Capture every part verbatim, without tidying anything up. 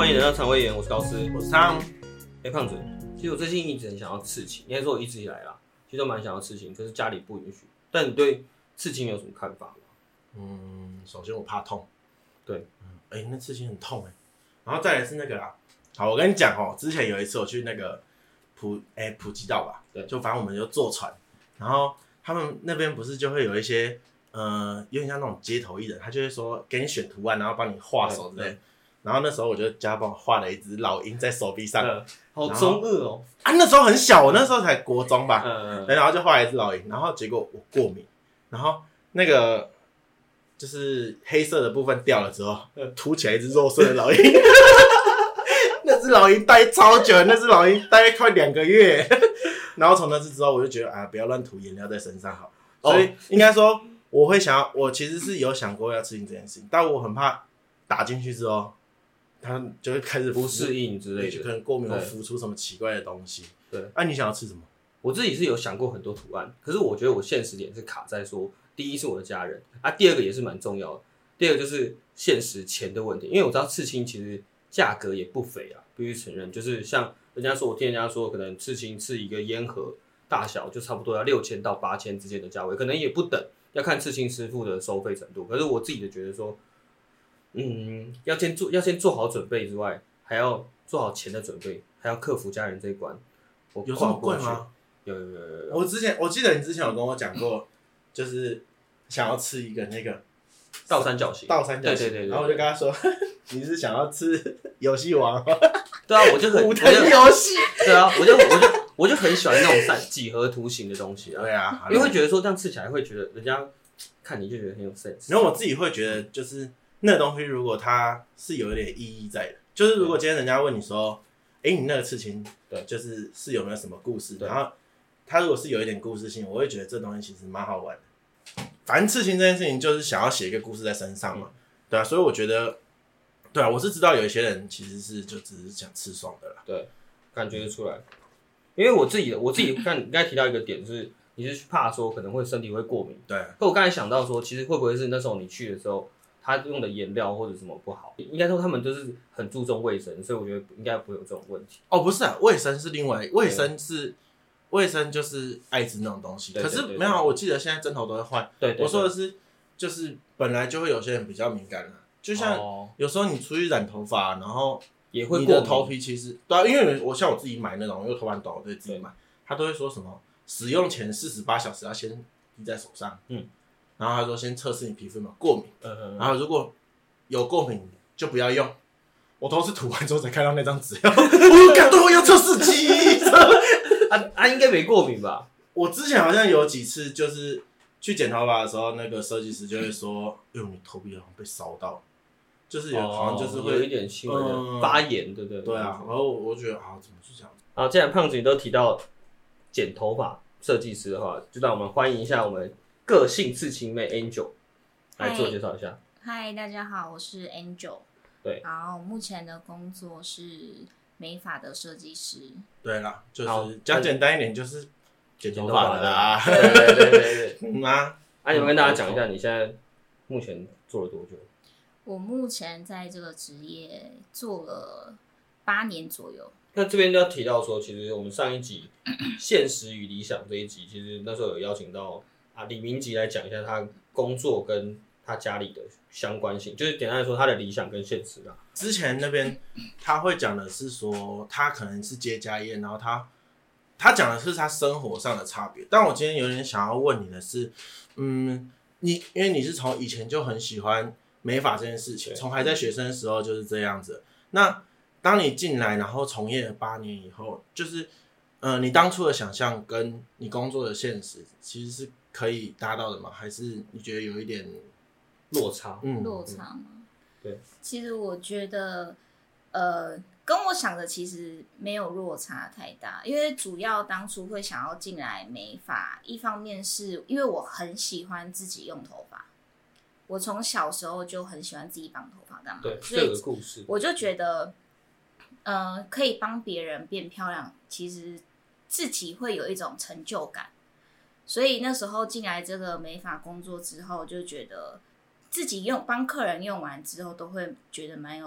欢迎来到肠胃炎，我是高斯， 我是汤。 哎、欸，胖子，其实我最近一直很想要刺青，应该说我一直以来啦，其实都蛮想要刺青，可是家里不允许。但你对刺青有什么看法吗？ 嗯，首先我怕痛。 对， 哎、欸，那刺青很痛哎、欸。然后再来是那个啦，好，我跟你讲哦，之前有一次我去那个普哎、欸、普吉岛吧， 对， 就反正我们就坐船，然后他们那边不是就会有一些呃，有点像那种街头艺人，他就会说给你选图案，然后帮你画手之类。然后那时候我就叫他帮我画了一只老鹰在手臂上， 嗯、好中二哦！ 啊，那时候很小，我那时候才国中吧， 嗯嗯， 然后就画了一只老鹰，然后结果我过敏，然后那个就是黑色的部分掉了之后，凸起来一只肉色的老鹰，那只老鹰待超久，那只老鹰待快两个月，然后从那次之后我就觉得啊，不要乱涂颜料在身上好，所以应该说我会想要，我其实是有想过要刺青这件事情，但我很怕打进去之后。他就会开始不适应之类的， 就可能过敏会浮出什么奇怪的东西。 对， 啊，你想要吃什么？ 我自己是有想过很多图案，可是我觉得我现实点是卡在说，第一是我的家人啊，第二个也是蛮重要的，第二个就是现实钱的问题，因为我知道刺青其实价格也不菲啊，必须承认，就是像人家说，我听人家说，可能刺青刺一个烟盒大小就差不多要六千到八千之间的价位，可能也不等，要看刺青师傅的收费程度。可是我自己的觉得说。嗯，要先做，要先做好准备之外，还要做好钱的准备，还要克服家人这一关。我有这么贵吗？ 有有有有有。 我之前我记得你之前有跟我讲过，就是想要吃一个那个倒三角形， 倒三角形， 对对 对, 对。 然后我就跟他说，你是想要吃游戏王吗？ 对啊，我就很武藤游戏。 对啊，我就我就我就很喜欢那种三几何图形的东西啊。 对啊， 因为会觉得说这样吃起来会觉得人家看你就觉得很有 sense。 然后我自己会觉得就是。那个东西如果它是有一点意义在的，就是如果今天人家问你说，哎、欸，你那个刺青，对，就是是有没有什么故事？然后他如果是有一点故事性，我会觉得这东西其实蛮好玩的。反正刺青这件事情就是想要写一个故事在身上嘛，嗯、对啊，所以我觉得，对啊，我是知道有一些人其实是就只是想刺爽的啦， 对，感觉得出来。因为我自己的我自己看你刚才提到一个点是，你是怕说可能会身体会过敏， 对。 可我刚才想到说，其实会不会是那时候你去的时候？他用的颜料或者什么不好，应该说他们都是很注重卫生，所以我觉得应该不会有这种问题。 哦，不是啊，卫生是另外，卫生是卫生就是艾滋那种东西。 对对对对对， 可是没有，我记得现在针头都会换。 对, 对, 对， 我说的是，就是本来就会有些人比较敏感啊，就像有时候你出去染头发，然后也会你的头皮其实对啊，因为我像我自己买那种，因为头发短，我对自己买，他都会说什么使用前四十八小时要先滴在手上，嗯，然后他说先测试你皮肤有没有过敏，嗯嗯，然后如果有过敏就不要用，我都是涂完之后才看到那张纸，我感动要测试机。 啊啊，应该没过敏吧？ 我之前好像有几次就是去剪头发的时候，那个设计师就会说：“哟，你头皮好像被烧到，就是有、哦、好像就是会有一点轻微的发炎，对不对？” 对啊，然后我觉得啊，怎么是这样？ 好，既然胖子你都提到剪头发设计师的话，就让我们欢迎一下我们个性刺青妹 Angel 来自我介绍一下。 嗨，大家好，我是 Angel。 对， 然后目前的工作是美发的设计师。 对啦，就是讲简单一点，就是剪头发的啊。对对对对对。 嗯啊， 啊，你们跟大家讲一下，你现在目前做了多久？ 我目前在这个职业做了八年左右。 那这边要提到说，其实我们上一集现实与理想这一集，其实那时候有邀请到啊李明吉来讲一下他工作跟他家里的相关性，就是简单来说，他的理想跟现实啦。 之前那边他会讲的是说，他可能是接家业，然后他他讲的是他生活上的差别。但我今天有点想要问你的是，嗯，你因为你是从以前就很喜欢美发这件事情，从还在学生的时候就是这样子。那当你进来，然后从业了八年以后，就是呃，你当初的想象跟你工作的现实其实是可以达到的吗？还是你觉得有一点？ 落差， 嗯，落差吗？ 对， 其实我觉得，呃，跟我想的其实没有落差太大，因为主要当初会想要进来美发，一方面是因为我很喜欢自己用头发，我从小时候就很喜欢自己绑头发干嘛， 对，这个故事， 我就觉得，呃，可以帮别人变漂亮，其实自己会有一种成就感，所以那时候进来这个美发工作之后，就觉得。自己用帮客人用完之后，都会觉得蛮有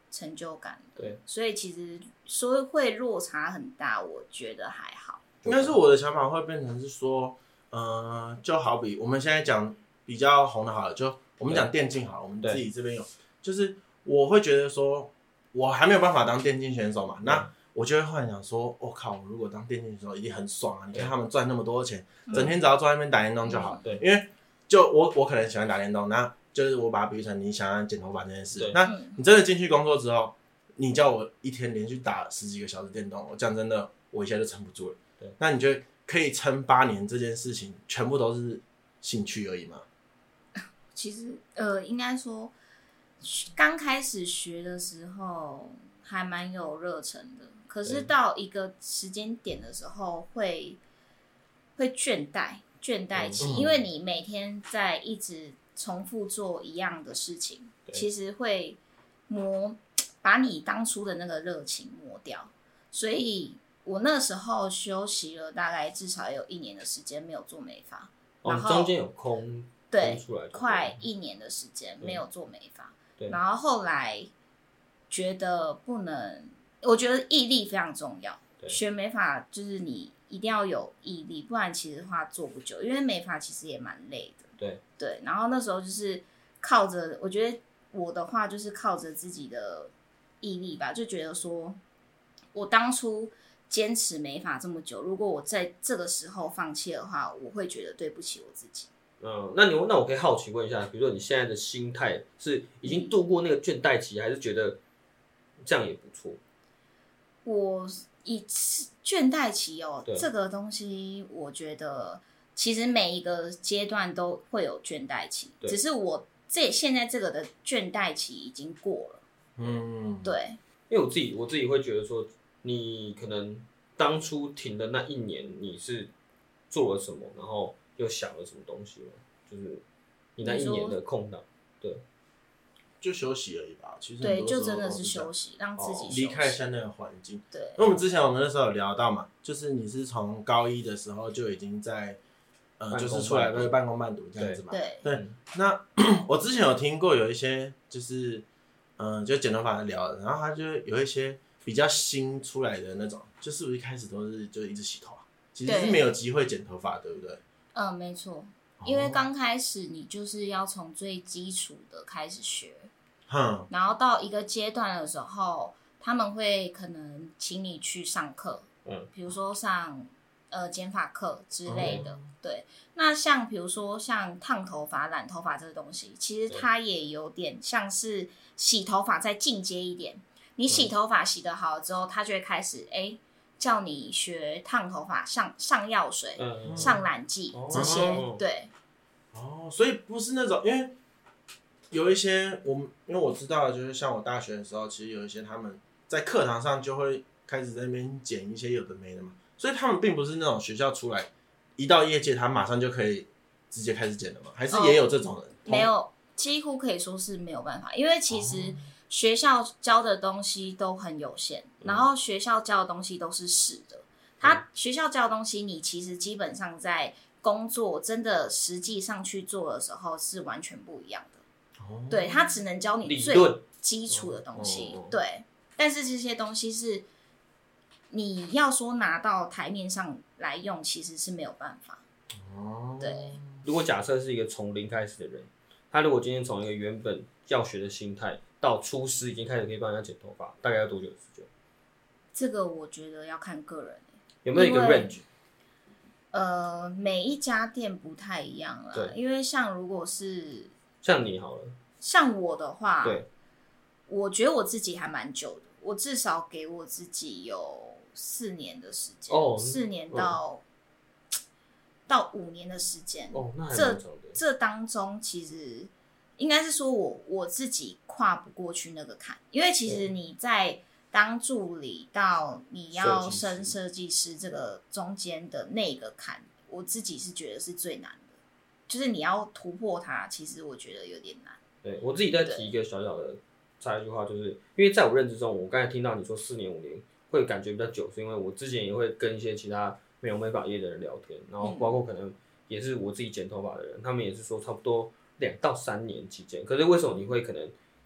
成就感的。 对， 所以其实说会落差很大，我觉得还好。 应该是我的想法会变成是说，呃，就好比我们现在讲比较红的好了，就我们讲电竞好了，我们自己这边有，就是我会觉得说，我还没有办法当电竞选手嘛，那我就会幻想说，我、哦、靠，我如果当电竞选手一定很爽啊！你看他们赚那么多钱，整天只要坐在那边打电动就好。 对， 因为就我我可能喜欢打电动，那就是我把它比喻成你想要剪头发这件事。那你真的进去工作之后，你叫我一天连续打十几个小时电动，我讲真的，我一下就撑不住了。 对， 那你觉得可以撑八年这件事情，全部都是兴趣而已吗？ 其实呃，应该说刚开始学的时候还蛮有热忱的，可是到一个时间点的时候会会倦怠倦怠期、嗯，因为你每天在一直重复做一样的事情，其实会磨把你当初的那个热情磨掉。所以我那时候休息了大概至少有一年的时间没有做美发， 哦、然后中间有空对空出来快一年的时间没有做美发，然后后来觉得不能，我觉得毅力非常重要。学美发就是你一定要有毅力，不然其实话做不久，因为美发其实也蛮累的。 对对，然后那时候就是靠着，我觉得我的话就是靠着自己的毅力吧，就觉得说我当初坚持美发这么久，如果我在这个时候放弃的话，我会觉得对不起我自己。 嗯，那你那我可以好奇问一下，比如说你现在的心态是已经度过那个倦怠期，还是觉得这样也不错？ 我以倦怠期哦，这个东西我觉得其实每一个阶段都会有倦怠期，只是我这现在这个的倦怠期已经过了。嗯，对， 因为我自己我自己会觉得说，你可能当初停的那一年，你是做了什么，然后又想了什么东西吗？就是你那一年的空档，对， 就休息而已吧。其实对，就真的是休息，让自己离开一下那个环境。 对， 因为我们之前我们那时候有聊到嘛，就是你是从高一的时候就已经在，呃，就是出来半工半读这样子嘛。 对对。那我之前有听过有一些就是，嗯、呃，就剪头发的聊的，然后他就有一些比较新出来的那种，就是不是一开始都是就一直洗头啊，其实是没有机会剪头发，对不对？ 嗯，没错。因为刚开始你就是要从最基础的开始学，嗯，然后到一个阶段的时候，他们会可能请你去上课，嗯，比如说上呃剪发课之类的，嗯，对。那像比如说像烫头发、染头发这个东西，其实它也有点像是洗头发再进阶一点。你洗头发洗得好了之后，他就会开始哎。欸叫你学烫头发，上上药水、嗯、上染剂、哦、这些，对。 哦，所以不是那种，因为有一些我们，因为我知道，就是像我大学的时候，其实有一些他们在课堂上就会开始在那边剪一些有的没的嘛，所以他们并不是那种学校出来一到业界，他马上就可以直接开始剪的嘛，还是也有这种人？哦、 没有，几乎可以说是没有办法，因为其实。哦学校教的东西都很有限，然后学校教的东西都是死的。他学校教的东西，你其实基本上在工作真的实际上去做的时候是完全不一样的。哦、对，他只能教你最基础的东西，对。但是这些东西是你要说拿到台面上来用，其实是没有办法。哦，对。 如果假设是一个从零开始的人，他如果今天从一个原本教学的心态。到出师已经开始可以帮人家剪头发，大概要多久的时间？ 这个我觉得要看个人、欸、 有没有一个 range？ 呃，每一家店不太一样啦。对，因为像如果是像你好了， 像我的话， 对， 我觉得我自己还蛮久的，我至少给我自己有四年的时间，哦，四年到、嗯、到五年的时间。 哦，那还蛮这长的。 这当中其实。应该是说我我自己跨不过去那个坎，因为其实你在当助理到你要升设计师这个中间的那个坎，我自己是觉得是最难的，就是你要突破它，其实我觉得有点难。 对，我自己再提一个小小的插一句话，就是因为在我认知中，我刚才听到你说四年五年会感觉比较久，是因为我之前也会跟一些其他美容美发业的人聊天，然后包括可能也是我自己剪头发的人，他们也是说差不多。两到三年期间，可是为什么你会可能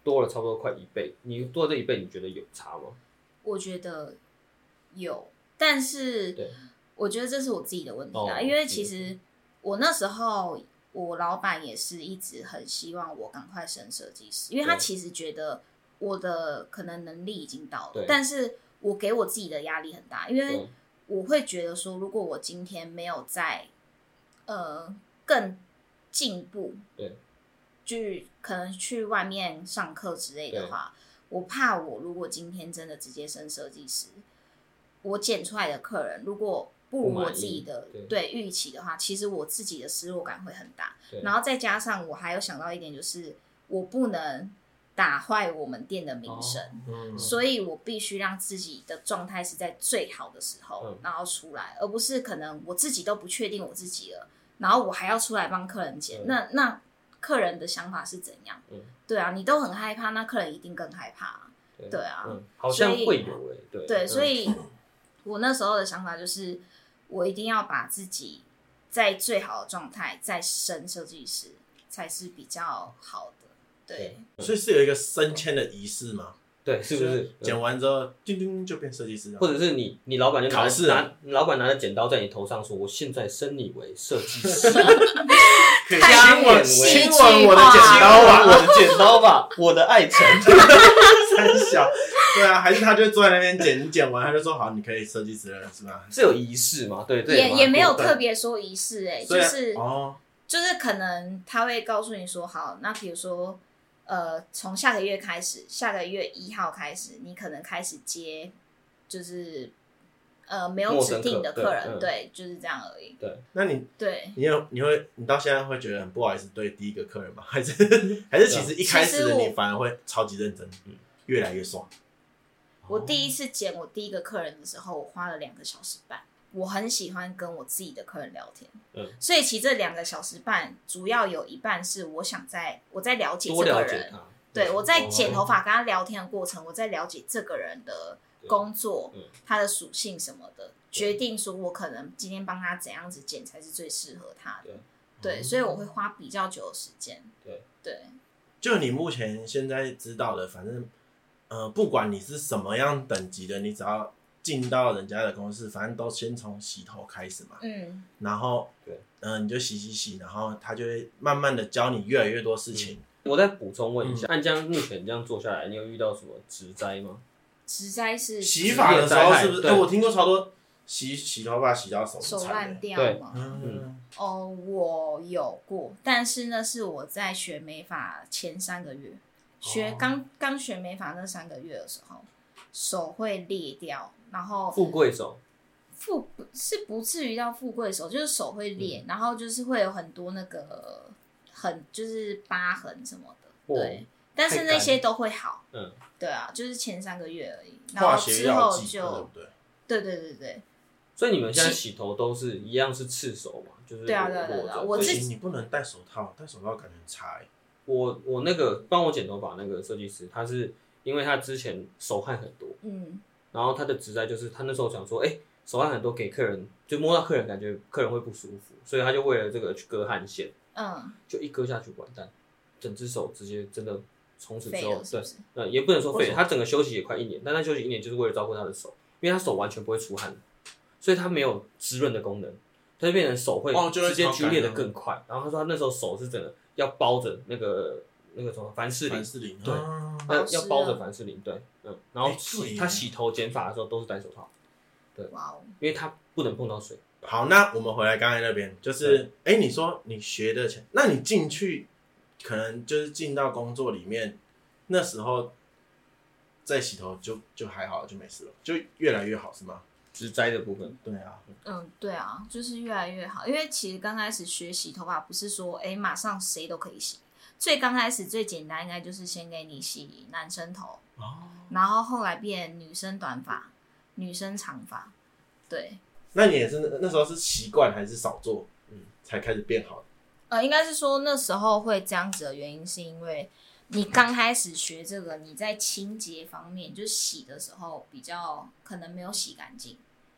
多了差不多快一倍，你多了这一倍，你觉得有差吗？ 我觉得有，但是我觉得这是我自己的问题啊， 哦、 因为其实我那时候我老板也是一直很希望我赶快升设计师，因为他其实觉得我的可能能力已经到了，但是我给我自己的压力很大，因为我会觉得说，如果我今天没有在呃更进步， 对， 去可能去外面上课之类的话，我怕我如果今天真的直接升设计师，我剪出来的客人如果不如我自己的对预期的话，其实我自己的失落感会很大。然后再加上我还有想到一点，就是我不能打坏我们店的名声，哦嗯、所以我必须让自己的状态是在最好的时候，嗯、然后出来，而不是可能我自己都不确定我自己了，然后我还要出来帮客人剪，嗯、那那客人的想法是怎样？嗯、对啊，你都很害怕，那客人一定更害怕。对, 对啊、 嗯，好像会有诶、欸，对对，所以我那时候的想法就是，我一定要把自己在最好的状态再升设计师，才是比较好的。对， 所以是有一个升迁的仪式吗？ 对，是不是剪完之后，叮叮就变设计师？ 或者是你你老板就拿考试、啊、 拿老板拿着剪刀在你头上说：“我现在升你为设计师。” 可以亲吻亲吻我的剪刀吧， 我的剪刀吧，我的爱臣。 三小，对啊，还是他就坐在那边剪，你剪完他就说好，你可以设计师了，是吧？ 是有仪式吗？对对， 也也没有特别说仪式，哎，就是哦， 就是可能他会告诉你说，好，那比如说，呃，从下个月开始，下个月一号开始，你可能开始接，就是呃没有指定的客人，对, 对，就是这样而已。 对， 那你对你有你会你到现在会觉得很不好意思对第一个客人吗？还是还是其实一开始的你反而会超级认真，嗯，越来越爽。 我第一次剪我第一个客人的时候，我花了两个小时半。我很喜欢跟我自己的客人聊天，嗯，所以其实这两个小时半，主要有一半是我想在我在了解这个人，对，我在剪头发跟他聊天的过程，我在了解这个人的工作，他的属性什么的，决定说我可能今天帮他怎样子剪才是最适合他的，对，所以我会花比较久的时间，对对。 就你目前现在知道的，反正呃，不管你是什么样等级的，你只要进到人家的公司，反正都先从洗头开始嘛。嗯。然后，对，嗯、呃，你就洗洗洗，然后他就会慢慢的教你越来越多事情。 嗯、我再补充问一下，按这样目前这样做下来，你有遇到什么职灾吗？ 职灾是洗发的时候是不是？哎、欸，我听过超多洗洗头发洗到手手烂掉嘛。嗯。哦，我有过，但是那是我在学美发前三个月，学刚刚学美发那三个月的时候，手会裂掉。然后富贵手， 富是不至于到富贵手，就是手会裂，嗯、然后就是会有很多那个很就是疤痕什么的，对，但是那些都会好，嗯，对啊，就是前三个月而已，然后之后就对对对对， 所以你们现在洗头都是一样是赤手嘛？就是对啊对啊对啊，我自己你不能戴手套，戴手套感觉很差哎。 我我那个帮我剪头发那个设计师，他是因为他之前手汗很多，嗯。然后他的职灾就是他那时候想说，哎、欸，手汗很多给客人，就摸到客人感觉客人会不舒服，所以他就为了这个去割汗腺，嗯，就一割下去完蛋，整只手直接真的从此之后， 是是对，呃，也不能说废了，他整个休息也快一年，但他休息一年就是为了照顾他的手，因为他手完全不会出汗，所以他没有滋润的功能，他就变成手会直接皲裂的更快。然后他说他那时候手是真的要包着那个。那个什么凡士林， 凡士林对，那、啊、要包着凡士林，对，嗯，然后洗、欸、他洗头剪发的时候都是戴手套，对，哇，因为他不能碰到水。 好，那我们回来刚才那边，就是，哎、欸，你说你学的钱，那你进去可能就是进到工作里面，那时候再洗头就就还好，就没事了，就越来越好，是吗？ 植栽的部分， 对啊， 嗯，对啊，就是越来越好，因为其实刚开始学洗头发，不是说哎、欸、马上谁都可以洗。最刚开始最简单应该就是先给你洗男生头，哦、然后后来变女生短发、女生长发，对。 那你也是那时候是习惯还是少做，嗯，才开始变好的？ 呃，应该是说那时候会这样子的原因，是因为你刚开始学这个，你在清洁方面，就是洗的时候比较可能没有洗干净，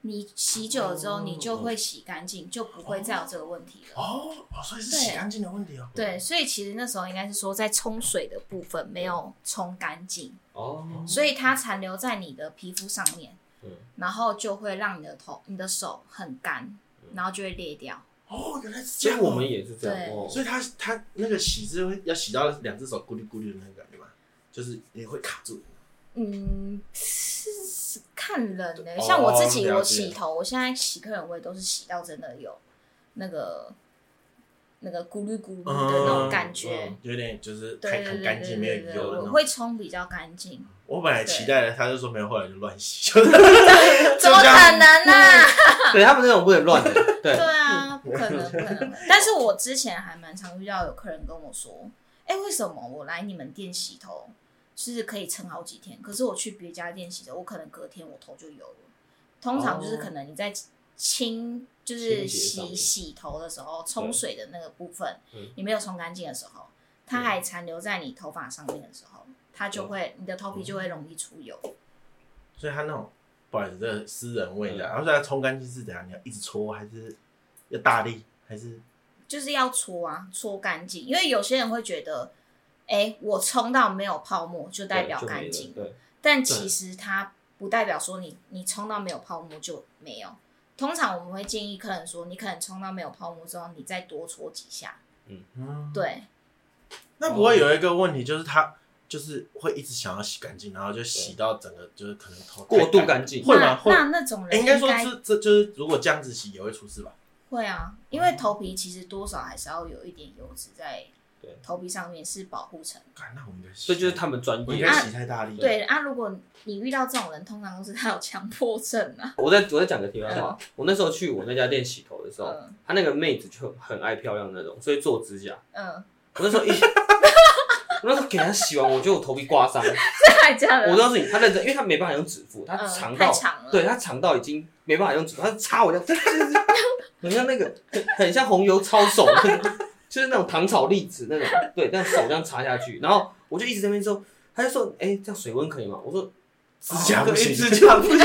你洗久了之后，你就会洗干净，就不会再有这个问题了。 哦，所以是洗干净的问题哦。 对，所以其实那时候应该是说，在冲水的部分没有冲干净， 哦， 所以它残留在你的皮肤上面， 嗯， 然后就会让你的头、你的手很干，然后就会裂掉。 哦，原来是这样、哦。 所以我们也是这样。 对哦、 所以他他那个洗是会要洗到两只手咕噜咕噜的那个感觉吗？就是也会卡住。 嗯，是看人呢、欸。 哦像我自己， 了解我洗头，我现在洗客人我也都是洗到真的有那个那个咕噜咕噜的那种感觉， 嗯、有点就是对很很干净，没有油的那种。 我会冲比较干净。 我本来期待的，他就说没有，后来就乱洗，就怎么可能呢、啊？ 对他们那种不能乱的，对对啊，不可能，不可能。但是我之前还蛮常遇到有客人跟我说，哎、欸，为什么我来你们店洗头是可以撑好几天，可是我去别家店洗头，我可能隔天我头就油了。通常就是可能你在清，就是洗洗头的时候，冲水的那个部分，你没有冲干净的时候，它还残留在你头发上面的时候，它就会，你的头皮就会容易出油。 所以它那种。不好意思，这个私人味的，然后再冲干净是怎样？你要一直搓，还是要大力，还是就是要搓啊，搓干净。因为有些人会觉得，哎、欸，我冲到没有泡沫就代表干净，但其实它不代表说你你冲到没有泡沫就没有。通常我们会建议客人说，你可能冲到没有泡沫之后，你再多搓几下。嗯，对。 那不会有一个问题，就是他。就是会一直想要洗干净，然后就洗到整个就是可能头过度干净， 会吗？会那那种人应该说这这就是如果这样子洗也会出事吧？ 会啊，因为头皮其实多少还是要有一点油脂在头皮上面是保护层。 那我应该洗， 所以就是他们专业， 我应该洗太大力。 对啊，如果你遇到这种人，通常都是他有强迫症啊。 我在我在讲个题外话，嗯、我那时候去我那家店洗头的时候，嗯、他那个妹子就很爱漂亮那种，所以做指甲。嗯，我那时候一。我那时候给他洗完，我觉得我头皮刮伤。 真的假的？ 我告诉你，他认真，因为他没办法用指腹，他长到， 嗯、 对他长到已经没办法用指腹，他插我这样，很像那个，很很像红油抄手，就是那种糖炒栗子那种，对，这样手这样插下去，然后我就一直在那边说，他就说，哎、欸，这样水温可以吗？我说指甲不行， 指甲不行。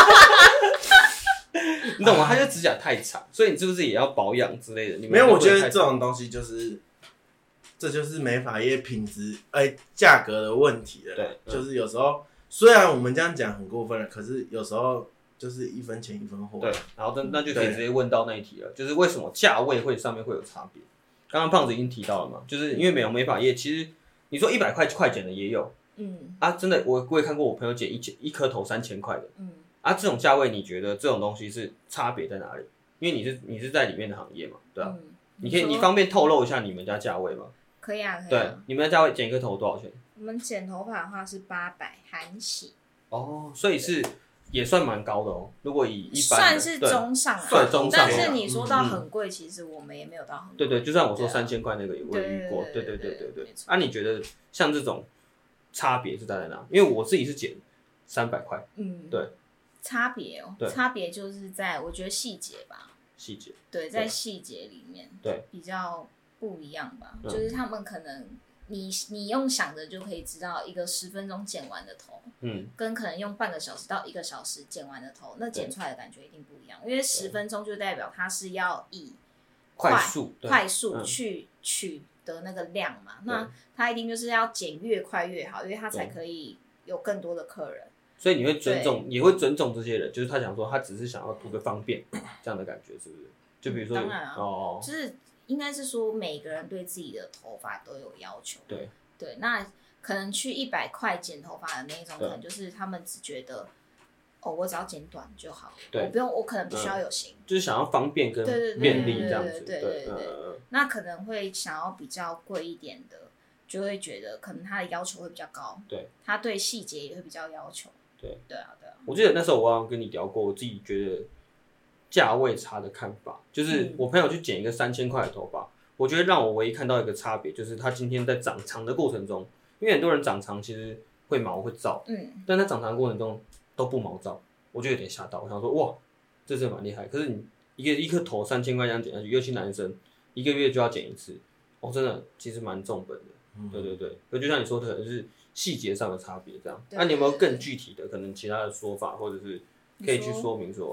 你懂吗？他就指甲太长，所以你是不是也要保养之类的？你没有，我觉得这种东西就是。这就是美发业品质哎价格的问题了。对，嗯、就是有时候虽然我们这样讲很过分了，可是有时候就是一分钱一分货。 对，然后那就可以直接问到那一题了，就是为什么价位会上面会有差别？刚刚胖子已经提到了嘛，就是因为美容美发业其实你说一百块快剪的也有，嗯啊，真的我我也看过我朋友剪一一颗头三千块的，嗯啊，这种价位你觉得这种东西是差别在哪里？因为你是你是在里面的行业嘛，对吧、啊？嗯、你可以你方便透露一下你们家价位吗？ 可以啊，可以啊。 对，你们的价位剪一个头多少钱？ 我们剪头发的话是八百含洗。 哦，所以是也算蛮高的哦。如果以一般算是中上啊， 算中上。 但是你说到很贵，嗯、其实我们也没有到很贵。 对对，就像我说三千块那个也我也遇过。对对对对对。啊，你觉得像这种差别是在哪？因为我自己是剪三百块。嗯，对。 差别哦，差别就是在我觉得细节吧。 细节。 对，在细节里面， 对， 比较。不一样吧，嗯、就是他们可能你你用想的就可以知道一个十分钟剪完的头，嗯，跟可能用半个小时到一个小时剪完的头，那剪出来的感觉一定不一样。因为十分钟就代表它是要以快速快速去取得那个量嘛，那它一定就是要剪越快越好，因为它才可以有更多的客人。 所以你会尊重，也会尊重这些人，就是他想说他只是想要图个方便这样的感觉，是不是？就比如说， 当然啊， 哦， 就是。应该是说每个人对自己的头发都有要求， 对对，那可能去一百块剪头发的那一种，可能就是他们只觉得，哦，我只要剪短就好，我不用，我可能不需要有型， 嗯、就是想要方便跟便利这样子， 对对对对对。那可能会想要比较贵一点的，就会觉得可能他的要求会比较高， 对， 他对细节也会比较要求， 对对啊对啊。 我记得那时候我好像跟你聊过，我自己觉得价位差的看法，就是我朋友去剪一个三千块的头发。我觉得让我唯一看到一个差别，就是他今天在长长的过程中，因为很多人长长其实会毛会躁，嗯，但他长长的过程中都不毛躁，我就有点吓到，我想说哇，这真的蛮厉害。可是你一个一颗头三千块这样剪下去，尤其男生一个月就要剪一次，哦，真的其实蛮重本的，嗯、对对对。就像你说的，可能是细节上的差别这样。那、啊、你有没有更具体的可能其他的说法，或者是可以去说明说哦？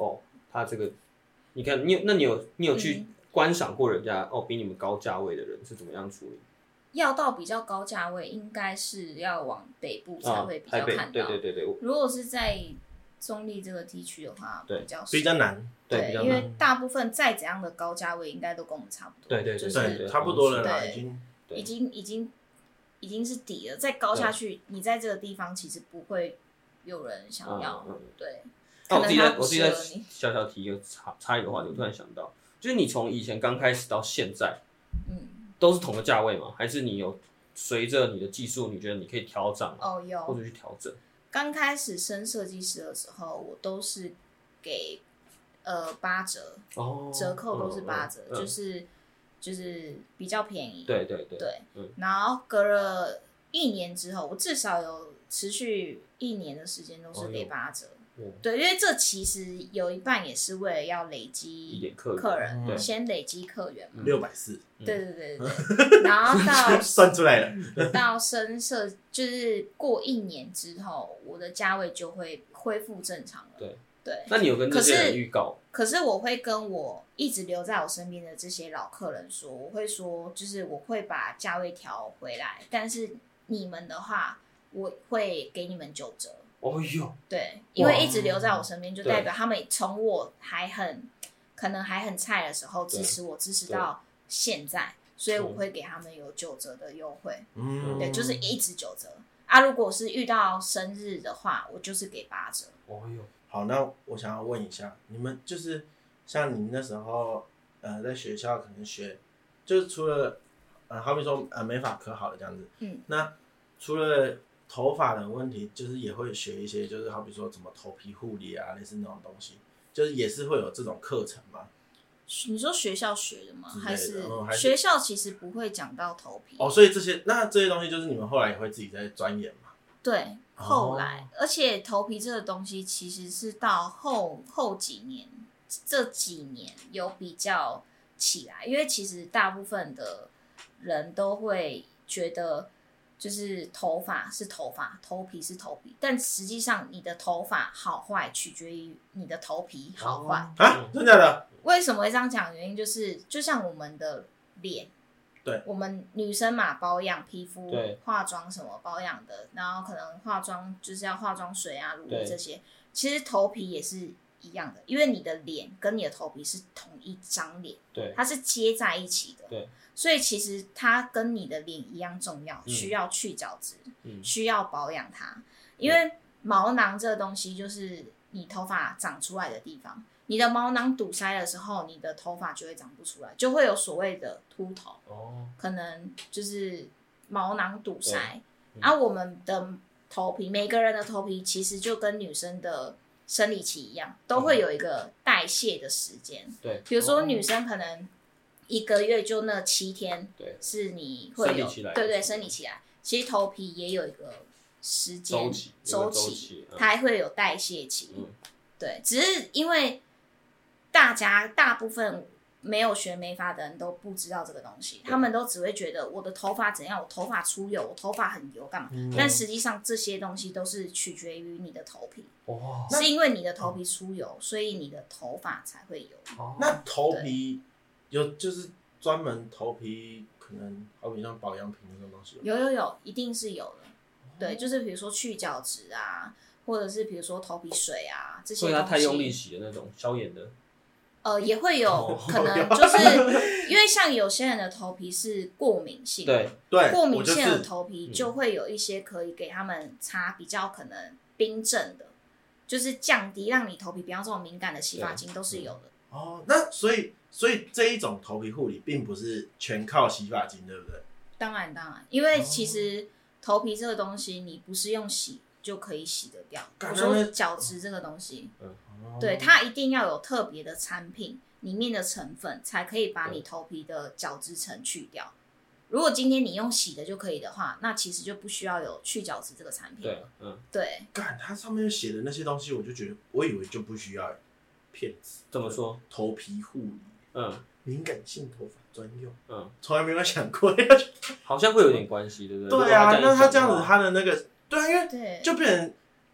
他这个，你看你有那你有你有去观赏过人家、嗯、哦比你们高价位的人是怎么样处理？ 要到比较高价位，应该是要往北部才会比较看到。 啊、对对对对。 如果是在中立这个地区的话，比较比较难。 对，因为大部分再怎样的高价位，应该都跟我们差不多。 对对对， 就是、 对差不多了啦，已经已经已经已经是底了。再高下去，你在这个地方其实不会有人想要。嗯、对。 那、啊、我自己在我自己在小小提一个插插一个话题，我突然想到，就是你从以前刚开始到现在，嗯，都是同个价位吗？还是你有随着你的技术，你觉得你可以调整？ 哦，有， 或者去调整。 刚开始升设计师的时候，我都是给呃八折，哦，折扣都是八折，嗯嗯、就是就是比较便宜。 对对对。 对，嗯、然后隔了一年之后，我至少有持续一年的时间都是给八折。哦、对，因为这其实有一半也是为了要累积客人， 客人先累积客源嘛。 六百四。 对对对对。然后到算出来了， 到升设就是过一年之后，我的价位就会恢复正常了。 对对。 那你有跟这些人预告？ 可是我会跟我一直留在我身边的这些老客人说，我会说，就是我会把价位调回来，但是你们的话，我会给你们九折。 哦呦， 对，因为一直留在我身边，就代表他们从我还很可能还很菜的时候支持我，支持到现在，所以我会给他们有九折的优惠。嗯，对，就是一直九折啊。如果是遇到生日的话，我就是给八折。 哦呦， 好，那我想要问一下，你们就是像你那时候呃在学校可能学，就是除了呃好比说呃美发科好了这样子，嗯，那除了头发的问题，就是也会学一些，就是好比说怎么头皮护理啊，类似那种东西，就是也是会有这种课程吗？ 你说学校学的吗？还是、嗯、还是学校其实不会讲到头皮哦，所以这些那这些东西就是你们后来也会自己在钻研嘛？ 对，后来、哦、而且头皮这个东西其实是到后后几年，这几年有比较起来，因为其实大部分的人都会觉得。就是头发是头发，头皮是头皮，但实际上你的头发好坏取决于你的头皮好坏、 哦、啊，真的假的？ 为什么会这样讲？原因就是就像我们的脸， 对， 我们女生嘛，保养皮肤、化妆什么保养的，然后可能化妆就是要化妆水啊、乳液这些，其实头皮也是一样的，因为你的脸跟你的头皮是同一张脸， 对， 它是接在一起的， 对。 所以其实它跟你的脸一样重要，嗯、需要去角质、嗯，需要保养它。因为毛囊这个东西就是你头发长出来的地方，你的毛囊堵塞的时候，你的头发就会长不出来，就会有所谓的秃头。哦，可能就是毛囊堵塞。嗯、啊，我们的头皮，每个人的头皮其实就跟女生的生理期一样，都会有一个代谢的时间。 对， 比如说女生可能。一个月就那七天，是你会有对对生理期来，其实头皮也有一个时间周期， 周期它还会有代谢期、嗯，对，只是因为大家大部分没有学美发的人都不知道这个东西，他们都只会觉得我的头发怎样，我头发出油，我头发很油干嘛、嗯？但实际上这些东西都是取决于你的头皮，哦、是因为你的头皮出油，所以你的头发才会油。 哦、那头皮。有就是专门头皮可能好比像保养品那种东西有有有一定是有的、哦、对，就是比如说去角质啊，或者是比如说头皮水啊这些东西， 所以它太用力洗的那种消炎的呃也会有、哦、可能就是因为像有些人的头皮是过敏性的， 对对， 过敏性的头皮就会有一些可以给他们擦比较可能冰镇的，就是降低让你头皮不要这种敏感的洗发精都是有的。 哦，那所以所以这一种头皮护理并不是全靠洗发精，对不对？ 当然当然，因为其实头皮这个东西你不是用洗就可以洗得掉。我说角质这个东西、嗯、对，它一定要有特别的产品里面的成分才可以把你头皮的角质层去掉。如果今天你用洗的就可以的话，那其实就不需要有去角质这个产品。 对，嗯， 对。 干，它上面写的那些东西，我就觉得我以为就不需要。骗子怎么说？ 头皮护理，嗯，敏感性头发专用，嗯，从来没有想过， 好像会有点关系，对不对？ 对啊，那他这样子，他的那个，对啊，因为就变成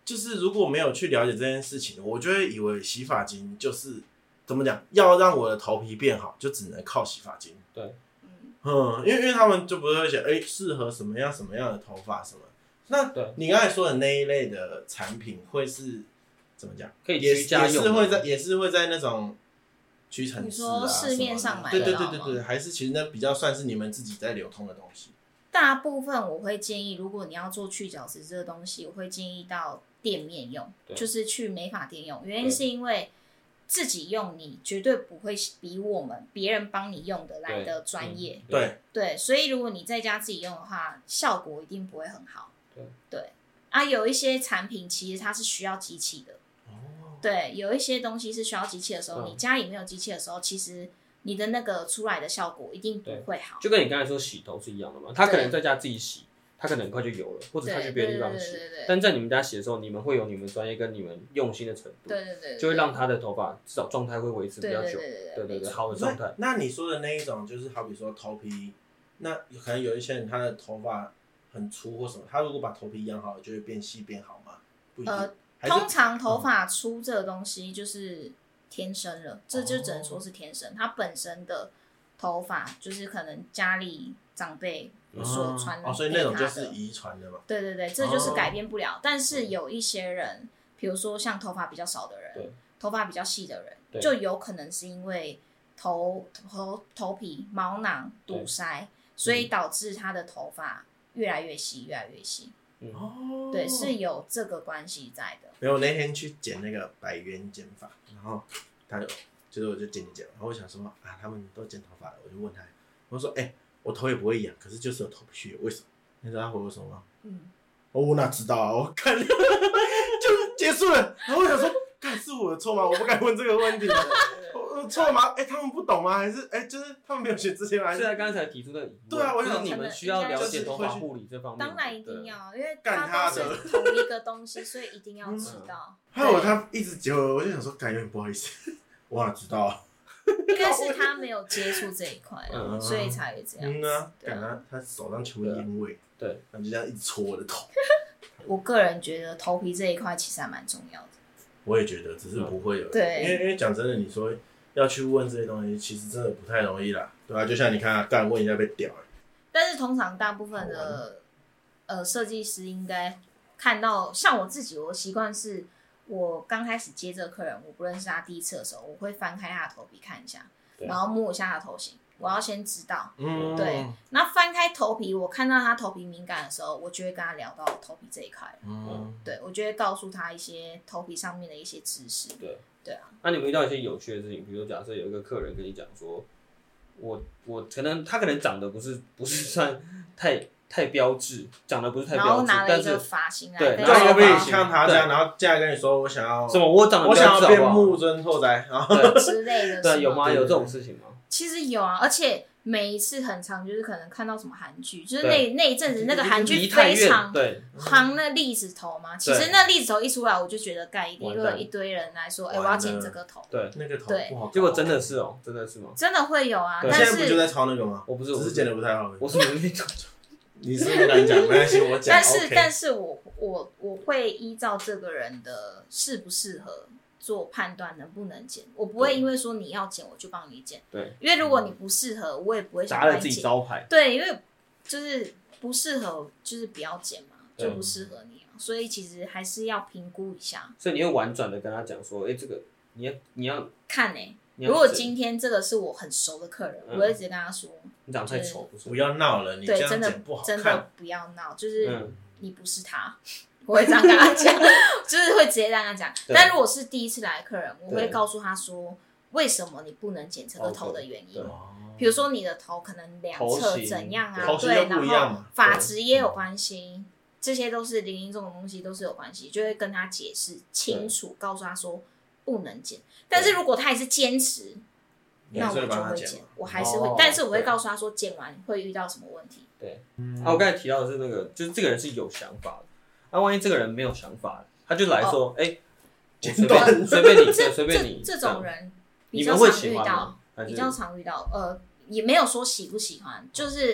就是如果没有去了解这件事情，我就会以为洗发精就是怎么讲，要让我的头皮变好，就只能靠洗发精。 对， 嗯，因为因为他们就不是会写，哎、欸，适合什么样什么样的头发什么。那你刚才说的那一类的产品会是怎么讲？ 可以居家用， 也是会在也是会在那种屈臣氏啊， 你说市面上买对得到吗？ 对对对对，还是其实那比较算是你们自己在流通的东西。 大部分我会建议，如果你要做去角质这个东西，我会建议到店面用，就是去美发店用。原因是因为自己用，你绝对不会比我们别人帮你用的来的专业。 对、 嗯、对，所以如果你在家自己用的话，效果一定不会很好。 对对啊，有一些产品其实它是需要机器的。哦。对，有一些东西是需要机器的时候，嗯、你家里没有机器的时候，其实你的那个出来的效果一定不会好。 就跟你刚才说洗头是一样的嘛，他可能在家自己洗。他可能很快就有了，或者他去别的地方洗，但在你们家洗的时候，你们会有你们专业跟你们用心的程度， 对对 对, 对， 就会让他的头发至少状态会维持比较久，对对对，好的状态。 那你说的那一种，就是好比说头皮，那可能有一些人他的头发很粗或什么，他如果把头皮养好了，就会变细变好吗？不一定。呃， 通常头发粗这个东西就是天生了，嗯、这就只能说是天生，它本身的头发就是可能家里长辈所传的、 哦，所以那种就是遗传的嘛。 对对对，这就是改变不了。哦、但是有一些人，比如说像头发比较少的人，头发比较细的人，就有可能是因为头头头皮毛囊堵塞，所以导致他的头发越来越细，越来越细。哦，对，是有这个关系在的。 没有，我那天去剪那个百元剪发，然后他就就是我就剪剪剪，然后我想说啊，他们都剪头发了，我就问他，我说哎。欸我头也不会痒，可是就是有头皮屑，为什么？你知道他回我什么吗？嗯，哦，我哪知道啊！我看就结束了。然后我想说，干是我的错吗？我不该问这个问题。我错了吗？哎、欸，他们不懂吗？还是哎、欸，就是他们没有学这些吗？ 是啊，刚才提出的疑问。 对啊，我想你们需要了解头发护理这方面。 当然一定要，因为它都是同一个东西，所以一定要知道。 还有他一直结我，我就想说，感觉很不好意思，我哪知道啊？ 应该是他没有接触这一块，嗯、所以才会这样子。 嗯啊，感觉他手上全部烟味， 对， 然后就这样一直戳我的头。 我个人觉得头皮这一块其实还蛮重要的。 我也觉得，只是不会有。 对， 因为因为讲真的，你说要去问这些东西，其实真的不太容易啦，对吧、啊？就像你看、啊，干问一下被屌了。 但是通常大部分的呃设计师应该看到，像我自己，我的习惯是。我刚开始接这个客人，我不认识他第一次的时候，我会翻开他的头皮看一下，然后摸一下他的头型，我要先知道。嗯，对。然后翻开头皮，我看到他头皮敏感的时候，我就会跟他聊到头皮这一块。嗯，对，我就会告诉他一些头皮上面的一些知识。 对， 对啊。 那你们遇到一些有趣的事情，比如假设有一个客人跟你讲说，我我可能他可能长得不是不是算太。太标志，长得不是太标志， 然后拿了一个发型来， 对， 然后可以像他这样，然后进来跟你说，我想要什么？我长得我想要变木村拓哉，然后之类的， 对，有吗？有这种事情吗？ 其实有啊，而且每一次很常，就是可能看到什么韩剧，就是那那一阵子那个韩剧非常夯，那栗子头嘛。其实那栗子头一出来，我就觉得干一定会有一堆人来说，哎，我要剪这个头。 对， 那个头不好。 结果真的是哦，真的是吗？ 真的会有啊，但是现在不就在抄那个吗？ 我不是， 只是剪的不太好。 我是明明你是不敢讲，没关系，我讲。 但是， okay、 但是我我我会依照这个人的适不适合做判断，能不能剪。我不会因为说你要剪，我就帮你剪。 对， 因为如果你不适合，我也不会想帮你剪。 砸了自己招牌。 对，因为就是不适合，就是不要剪嘛，就不适合你、啊。所以其实还是要评估一下。 所以你会婉转的跟他讲说，哎、欸，这个你要你要看哎、欸。如果今天这个是我很熟的客人，嗯、我会直接跟他说：“ 你长得太丑，不是？ 不要闹了，你这样剪不好看。” 真的不要闹，就是你不是他，我会这样跟他讲，就是会直接这样讲。但如果是第一次来的客人，我会告诉他说，为什么你不能剪这个头的原因。比如说你的头可能两侧怎样啊，对，然后发质也有关系，这些都是零零这种东西都是有关系，就会跟他解释清楚，告诉他说。不能剪，但是如果他也是坚持，那我就会剪，我还是会，但是我会告诉他说，剪完会遇到什么问题。 对，啊，我刚才提到的是那个，就是这个人是有想法的，啊，万一这个人没有想法，他就来说，哎，随便随便你，随便你， 这种人比较常遇到，比较常遇到，呃，也没有说喜不喜欢，就是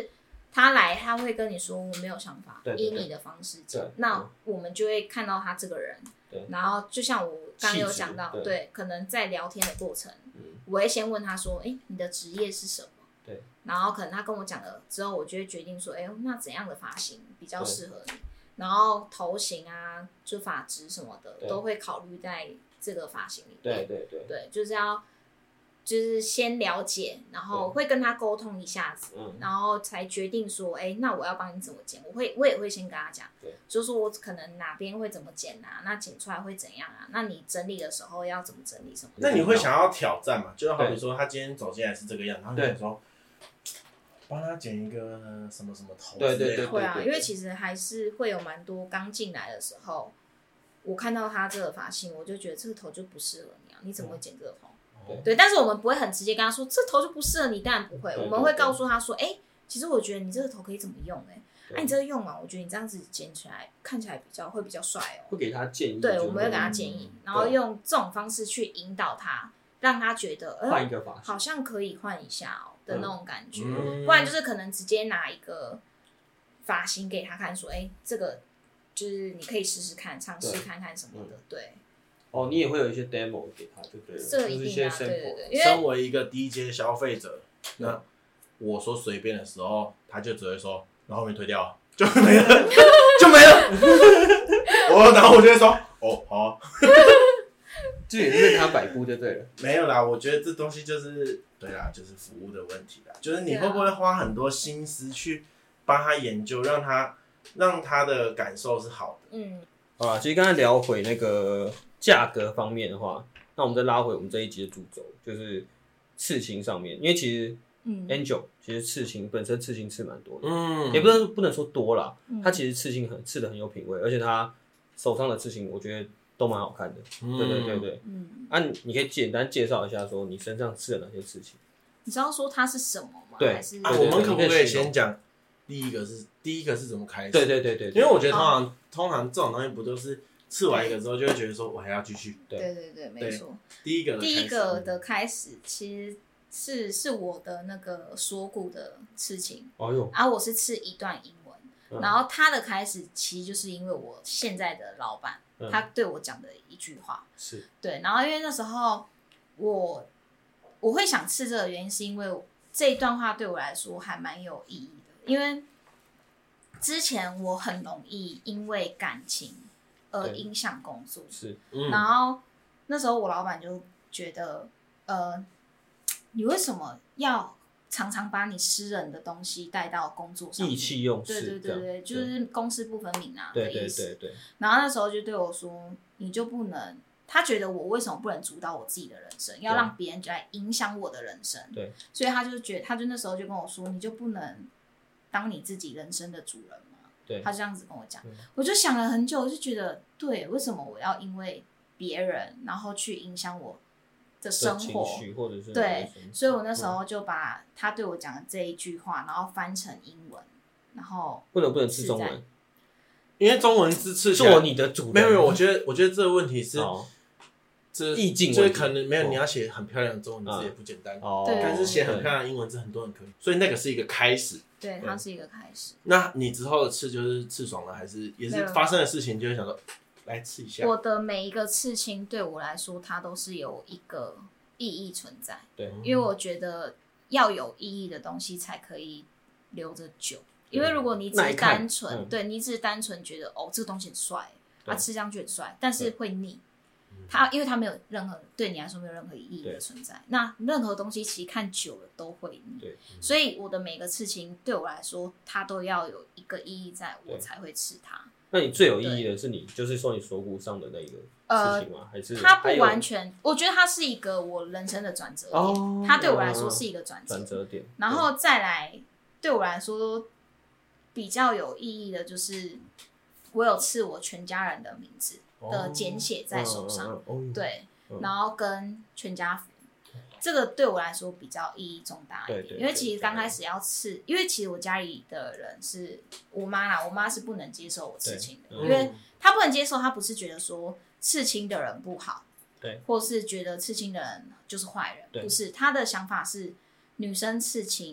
他来他会跟你说我没有想法， 对对对以你的方式讲对， 那我们就会看到他这个人， 对然后就像我刚刚有气质讲到， 对对，可能在聊天的过程， 嗯我会先问他说，哎，你的职业是什么？ 对， 然后可能他跟我讲了之后，我就会决定说，哎，那怎样的发型比较对适合你？然后头型啊，就发质什么的， 对都会考虑在这个发型里面。 对对对， 对，就是要就是先了解，然后会跟他沟通一下子， 嗯然后才决定说，哎，那我要帮你怎么剪？我会我也会先跟他讲， 对， 就是说我可能哪边会怎么剪啊，那剪出来会怎样啊？那你整理的时候要怎么整理什么的？ 那你会想要挑战嘛？就好比说他今天走进来是这个样，然后你想说帮他剪一个什么什么头之类的， 对对对会啊，因为其实还是会有蛮多刚进来的时候，我看到他这个发型，我就觉得这个头就不适合你啊，你怎么会剪这个头？ 对对，但是我们不会很直接跟他说这头就不适合你，当然不会， 对对我们会告诉他说，哎、其实我觉得你这个头可以怎么用、欸？哎， 对那、你这个用啊，我觉得你这样子剪起来看起来比较会比较帅哦、 会给他建议， 对， 就是我们会给他建议，然后用这种方式去引导他，让他觉得，呃， 换一个发型， 好像可以换一下哦、的那种感觉， 嗯不然就是可能直接拿一个发型给他看，说，哎、这个就是你可以试试看，尝试看看什么的，对。 哦，你也会有一些 demo 给他，就对了， 这个一就是一些定啊，对对 sample， 对，因为身为一个低阶消费者，那我说随便的时候，他就只会说，然后后面推掉，就没了，就没了。我然后我就会说，哦，好啊， 这也是他摆布就对了。 没有啦。我觉得这东西就是对啦，就是服务的问题啦，就是你会不会花很多心思去帮他研究，让他让他的感受是好的。 嗯， 好啦，其实刚才聊回那个价格方面的话，那我们再拉回我们这一集的主轴，就是刺青上面，因为其实嗯 Angel 其实刺青本身刺青刺蛮多的， 嗯也不能不能说多啦， 嗯他其实刺青很刺的很有品味，而且他手上的刺青我觉得都蛮好看的。 嗯对对对对， 嗯， 啊，你可以简单介绍一下说你身上刺了哪些刺青？ 你知道说它是什么吗？ 对还是啊， 对我们可不可以你可以形容先讲第一个是第一个是怎么开始？ 对对对对，对因为我觉得通常通常这种东西不都是刺完一个之后就会觉得说我还要继续。 对对对对，没错。 第一个的开始第一个的开始其实是是我的那个锁骨的刺青， 哦哟， 啊，我是刺一段英文， 嗯然后它的开始其实就是因为我现在的老板、 嗯他对我讲的一句话， 是对，然后因为那时候我我会想刺这个原因是因为这一段话对我来说还蛮有意义的，因为之前我很容易因为感情而对影响工作， 是， 嗯然后那时候我老板就觉得，呃，你为什么要常常把你私人的东西带到工作上面？ 意气用对事，这样对对对，就是公私不分明啊的对对意思。 对对， 然后那时候就对我说，你就不能，他觉得我为什么不能主导我自己的人生，要让别人来影响我的人生？ 对， 所以他就觉得，他就那时候就跟我说，你就不能当你自己人生的主人嘛？ 对他这样子跟我讲嗯， 我就想了很久，我就觉得，对，为什么我要因为别人然后去影响我的生情活？ 绪或者是对，所以我那时嗯候就把他对我讲的这一句话，然后翻成英文，然后不能不能吃中是文， 因为中文字刺起来做你的主人， 没有没有，我觉得我觉得这个问题是哦这意境就是问题可能没有哦你要写很漂亮的中文字嗯也不简单， 哦， 对但是写很对漂亮的英文字很多人可以，所以那个是一个开始。 对，它是一个开始。 那你之后的刺就是刺爽了，还是也没有是发生的事情就会想说来刺一下？ 我的每一个刺青对我来说，它都是有一个意义存在， 对， 因为我觉得要有意义的东西才可以留着久。因为如果你只是耐看单纯， 嗯对你只是单纯觉得哦这个东西很帅， 对它吃上去很帅，但是对会腻。它因为它没有任何对你来说没有任何意义的对存在，那任何东西其实看久了都会腻。 对， 所以我的每个刺青对我来说，它都要有一个意义在，我对才会刺它。 那你最有意义的是你，就是说你锁骨上的那个事情吗？还是它不还有完全，我觉得它是一个我人生的转折点， 哦它对我来说是一个转折转。折点？ 然后再来，对我来说比较有意义的就是，我有刺我全家人的名字的简写在手上， 嗯嗯嗯嗯对， 嗯然后跟全家福。这个对我来说比较意义重大一点， 对对对因为其实刚开始要刺，因为其实我家里的人是我妈啦，我妈是不能接受我刺青的， 对嗯因为她不能接受，她不是觉得说刺青的人不好， 对， 或是觉得刺青的人就是坏人， 对不是，她的想法是女生刺青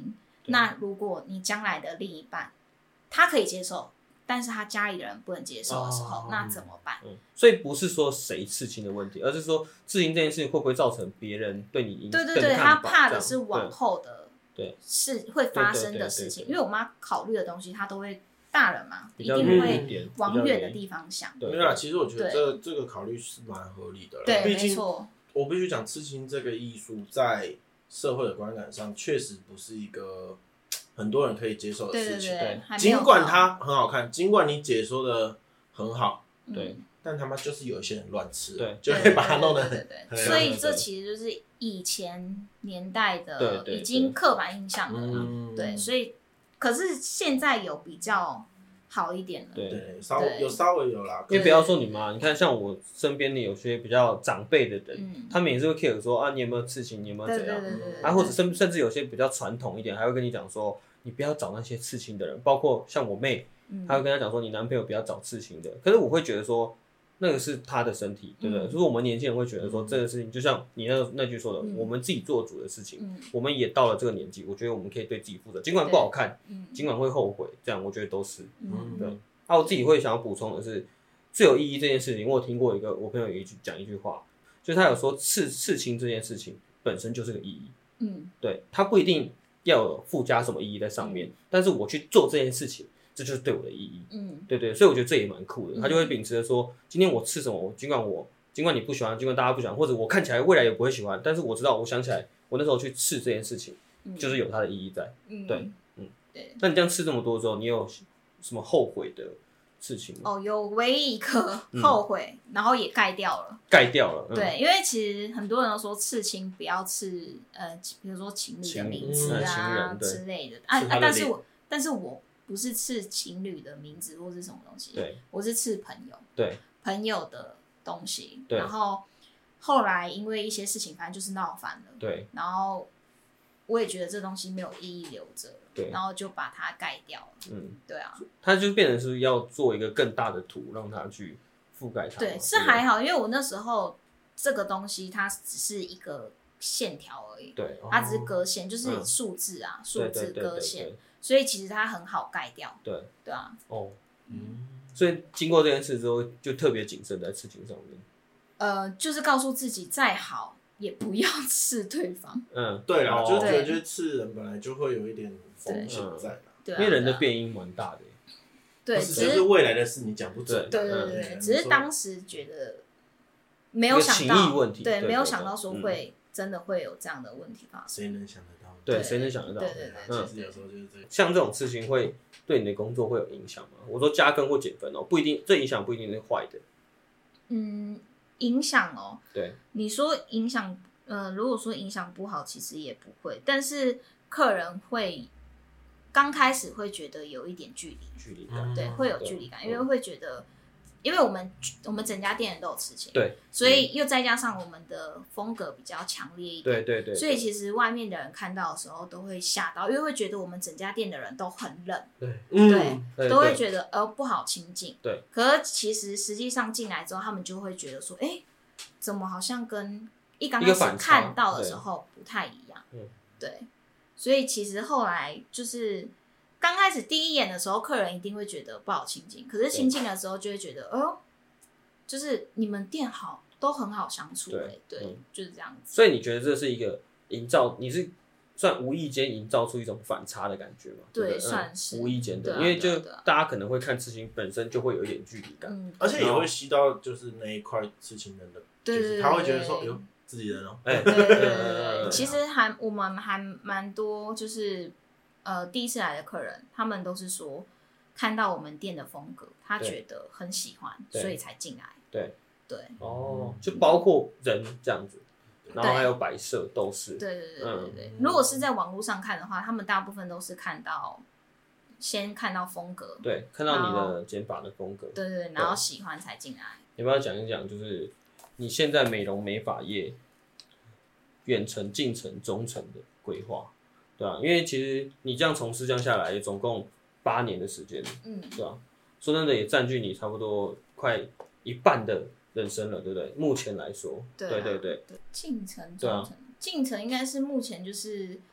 那如果你将来的另一半他可以接受，但是他家里的人不能接受的时候， 哦、 那怎么办？ 嗯，所以不是说谁刺青的问题，而是说刺青这件事情会不会造成别人对你影对对对，他怕的是往后的对是会发生的事情，因为我妈考虑的东西，她都会大人嘛，一定会往远的地方想。 没有啦，其实我觉得这这个考虑是蛮合理的啦。 对， 毕竟没错。 我必须讲，刺青这个艺术在社会的观感上，确实不是一个很多人可以接受的事情。 对对对， 尽管它很好看，尽管你解说的很好， 对， 嗯、 但他妈就是有一些人乱吃， 对， 就会把它弄得很。 对对对，所以这其实就是以前年代的已经刻板印象了。 嗯， 对，所以可是现在有比较好一点了。 对，稍微有稍微有啦。 因为不要说你妈，你看像我身边的有些比较长辈的人， 嗯、 他们也是会 care 说啊，你有没有刺青，你有没有怎样， 对对对对啊，或者甚甚至有些比较传统一点，还会跟你讲说，你不要找那些刺青的人，包括像我妹， 嗯、 她会跟她讲说，你男朋友不要找刺青的。可是我会觉得说，那个是他的身体，对不对？嗯、就是我们年轻人会觉得说，这个事情就像你那那句说的，嗯、我们自己做主的事情，嗯、我们也到了这个年纪，我觉得我们可以对自己负责，尽管不好看，尽管会后悔，这样我觉得都是， 嗯、 对。啊，我自己会想要补充的是，最有意义这件事情，我有听过一个我朋友有一句讲一句话，就是他有说刺刺青这件事情本身就是个意义， 嗯， 对，他不一定要有附加什么意义在上面，嗯、但是我去做这件事情，这就是对我的意义， 嗯， 对对，所以我觉得这也蛮酷的，他就会秉持着说，今天我刺什么，我尽管我尽管你不喜欢，尽管大家不喜欢，或者我看起来未来也不会喜欢，但是我知道，我想起来我那时候去刺这件事情，嗯、就是有它的意义在， 嗯， 对，嗯， 对， 那你这样刺这么多之后，你有什么后悔的事情吗？ 哦，有唯一一个后悔，嗯、然后也盖掉了， 盖掉了。嗯、 对，因为其实很多人都说刺青不要刺，呃，比如说情侣的名字啊、嗯、之类的啊啊，但是我但是我不是刺情侣的名字或是什么东西， 对， 我是刺朋友， 对， 朋友的东西， 对， 然后后来因为一些事情，反正就是闹翻了， 对， 然后我也觉得这东西没有意义留着。 对， 然后就把它盖掉了。 嗯， 对啊， 它就变成是要做一个更大的图，让它去覆盖它。 对，是还好，因为我那时候这个东西它只是一个线条而已， 对， 它只是割线，就是数字啊，数字割线，所以其实它很好盖掉。 对， 对啊， 哦，嗯，所以经过这件事之后，就特别谨慎在刺青上面。 呃，就是告诉自己，再好也不要刺对方。 嗯，对啦，就觉得就是刺人本来就会有一点风险在啦， 对， 因为人的变因蛮大的。 对， 只是未来的事你讲不准。 对对对对，只是当时觉得没有想到，对，没有想到说会真的会有这样的问题发生。 谁能想得到？ 对，谁能想得到？ 对对对， 其实有时候就是这样。 像这种事情会对你的工作会有影响吗？我说加分或减分哦，不一定，这影响不一定是坏的。 嗯，影响哦， 对， 你说影响，呃，如果说影响不好，其实也不会，但是客人会刚开始会觉得有一点距离， 距离感， 对，会有距离感，因为会觉得，因为我们我们整家店人都有刺青， 对， 所以又再加上我们的风格比较强烈一点， 对对对， 所以其实外面的人看到的时候都会吓到，因为会觉得我们整家店的人都很冷， 对， 对，嗯、都会觉得呃不好亲近， 对。 可是其实实际上进来之后，他们就会觉得说，哎、欸，怎么好像跟一刚开始看到的时候不太一样， 对， 对，所以其实后来就是刚开始第一眼的时候，客人一定会觉得不好亲近，可是亲近的时候就会觉得，哦、呃，就是你们店好，都很好相处、欸，对，对、嗯，就是这样子。 所以你觉得这是一个营造，你是算无意间营造出一种反差的感觉吗？ 对， 对， 算是、 嗯、无意间的， 啊、 因为就、 啊啊、 大家可能会看刺青本身就会有一点距离感、 嗯， 而且也会吸到就是那一块刺青人的， 对就是他会觉得说，哎呦。自己人哦， 哎， 对对对对，其实还我们还蛮多，就是呃第一次来的客人，他们都是说看到我们店的风格，他觉得很喜欢，所以才进来。 对对， 哦，就包括人这样子，然后还有摆设都是。 对对对对对。如果是在网络上看的话，他们大部分都是看到先看到风格， 对，看到你的剪发的风格， 对对对，然后喜欢才进来。 要不要讲一讲，就是你现在美容美发业远程、近程、中程的规划，对吧、啊？因为其实你这样从事这样下来，也总共八年的时间， 嗯， 对吧、啊？说真的，也占据你差不多快一半的人生了，对不对？目前来说， 对、啊、 对对对， 近程、中程，近程应该是目前就是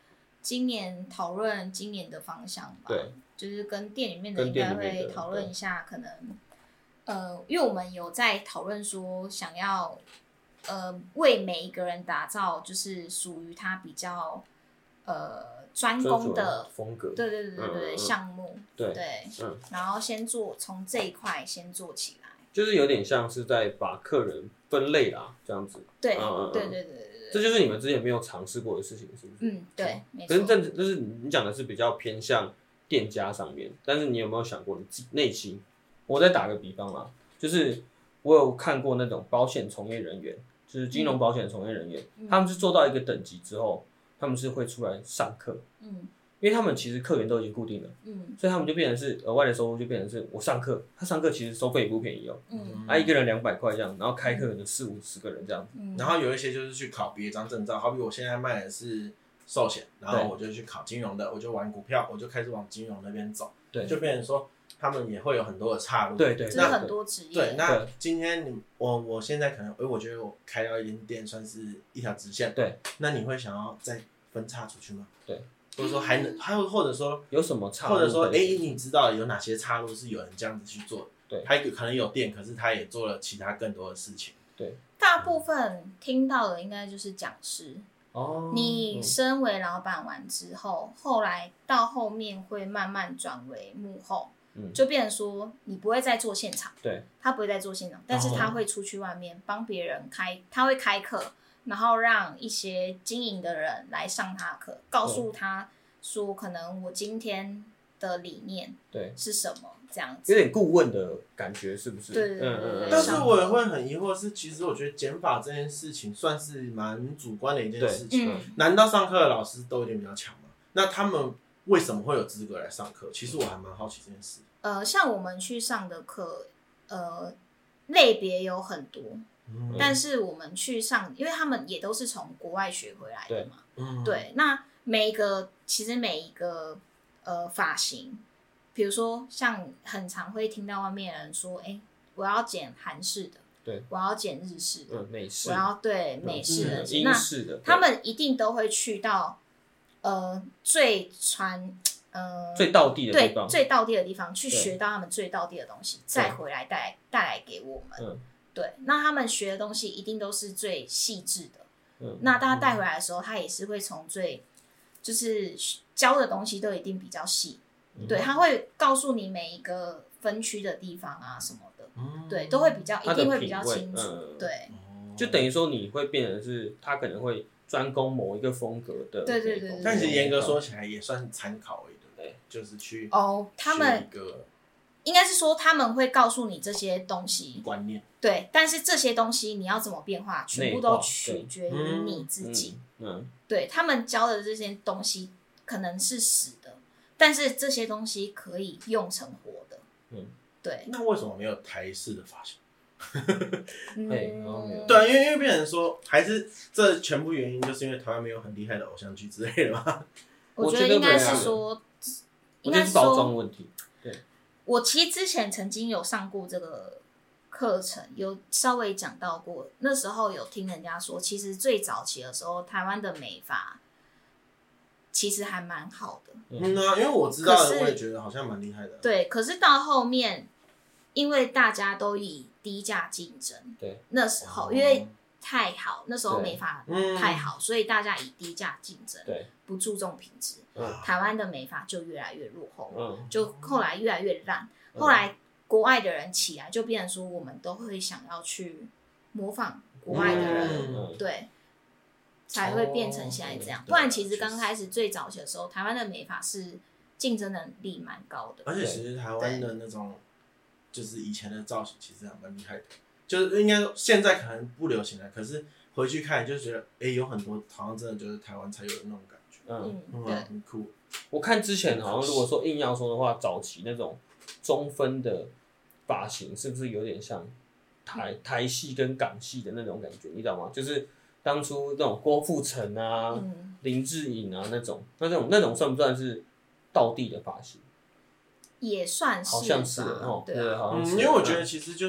今年讨论今年的方向吧。 对， 就是跟店里面的应该跟店里面的会讨论一下，可能呃，因为我们有在讨论说想要呃为每一个人打造就是属于他比较呃专攻的风格， 对对对对对、 嗯嗯、 项目， 对对， 嗯， 然后先做从这一块先做起来， 就是有点像是在把客人分类啦，这样子， 对、 嗯嗯、 对对对对对， 这就是你们之前没有尝试过的事情，是不是？ 嗯，对，没错。 可是这就是你讲的是比较偏向店家上面，但是你有没有想过你自己内心？我再打个比方啦，就是我有看过那种保险从业人员，就是金融保险从业人员， 嗯、 他们是做到一个等级之后，他们是会出来上课， 嗯， 因为他们其实客源都已经固定了， 嗯， 所以他们就变成是额外的收入，就变成是我上课，他上课其实收费也不便宜哦、喔， 嗯， 啊一个人两百块这样，然后开课的四五十个人这样子， 嗯， 然后有一些就是去考别张证照，好比我现在卖的是寿险，然后我就去考金融的，我就玩股票，我就开始往金融那边走， 对， 就变成说他们也会有很多的岔路， 对对， 这是很多职业， 对，那今天你我我现在可能，哎，我觉得我开到一间店算是一条直线， 对， 那你会想要再分叉出去吗？ 对， 或者说还能，还有或者说有什么岔路， 或者说，哎，你知道有哪些岔路是有人这样子去做的？ 对， 他可能有店，可是他也做了其他更多的事情。 对， 大部分听到的应该就是讲师。 哦， 你身为老板完之后，后来到后面会慢慢转为幕后， 嗯， 就变成说你不会再做现场， 对， 他不会再做现场，但是他会出去外面帮别人开，他会开课，然后让一些经营的人来上他的课，告诉他说，可能我今天的理念对是什么，这样子有点顾问的感觉，是不是？ 对对对对嗯嗯。 但是我也会很疑惑是，其实我觉得减法这件事情算是蛮主观的一件事情。 嗯， 难道上课的老师都一定比较强吗？那他们为什么会有资格来上课？其实我还蛮好奇这件事。 呃，像我们去上的课，呃，类别有很多。 嗯、 但是我们去上，因为他们也都是从国外学回来的嘛， 对，嗯、 对，那每一个其实每一个呃发型，比如说像很常会听到外面的人说，哎、欸，我要剪韩式的， 对， 我要剪日式的， 嗯、美式， 我要对美式的， 嗯、英式的， 他们一定都会去到呃最传呃最道地的地方， 对，最道地的地方去学到他们最道地的东西，再回来带来带来给我们。 嗯， 对，那他们学的东西一定都是最细致的。 嗯， 那大家带回来的时候，他也是会从最就是教的东西都一定比较细。嗯、对，他会告诉你每一个分区的地方啊什么的，嗯、对，都会比较一定会比较清楚。嗯、对， 就等于说你会变成是他可能会专攻某一个风格的， 对对 对, 对。 但其实严格说起来也算参考而已，对不对？就是去哦，他们应该是说他们会告诉你这些东西观念， 对，但是这些东西你要怎么变化，全部都取决于你自己。 嗯，嗯对他们教的这些东西可能是死的，但是这些东西可以用成活的。嗯，对。 那为什么没有台式的发型？ 嗯， 对，因为因为变成说，还是这全部原因就是因为台湾没有很厉害的偶像剧之类的嘛。 我觉得应该是说， 应该是包装问题。对， 我其实之前曾经有上过这个课程，有稍微讲到过。那时候有听人家说，其实最早期的时候，台湾的美发其实还蛮好的。 嗯啊，因为我知道的，我也觉得好像蛮厉害的。 对，可是到后面，因为大家都以低价竞争， 对， 那时候、哦、因为太好，那时候美发太好，所以大家以低价竞争， 对， 不注重品质。 嗯、 台湾的美发就越来越落后， 嗯、 就后来越来越烂。嗯、后来国外的人起来，就变成说我们都会想要去模仿国外的人， 嗯、 对，才会变成现在这样。哦、不然其实刚开始最早期的时候，台湾的美发是竞争能力蛮高的， 而且其实台湾的那种就是以前的造型其实还蛮厉害的。就是应该说现在可能不流行了，可是回去看就觉得，哎、欸，有很多好像真的就是台湾才有的那种感觉， 嗯， 嗯对， 很酷。 我看之前好像如果说硬要说的话，早期那种中分的发型是不是有点像台台系跟港系的那种感觉？你知道吗？就是当初那种郭富城啊、嗯、林志颖啊那种，那种那种算不算是道地的发型？ 也算是， 好像是哦，对，好像是。 嗯，因为我觉得其实就是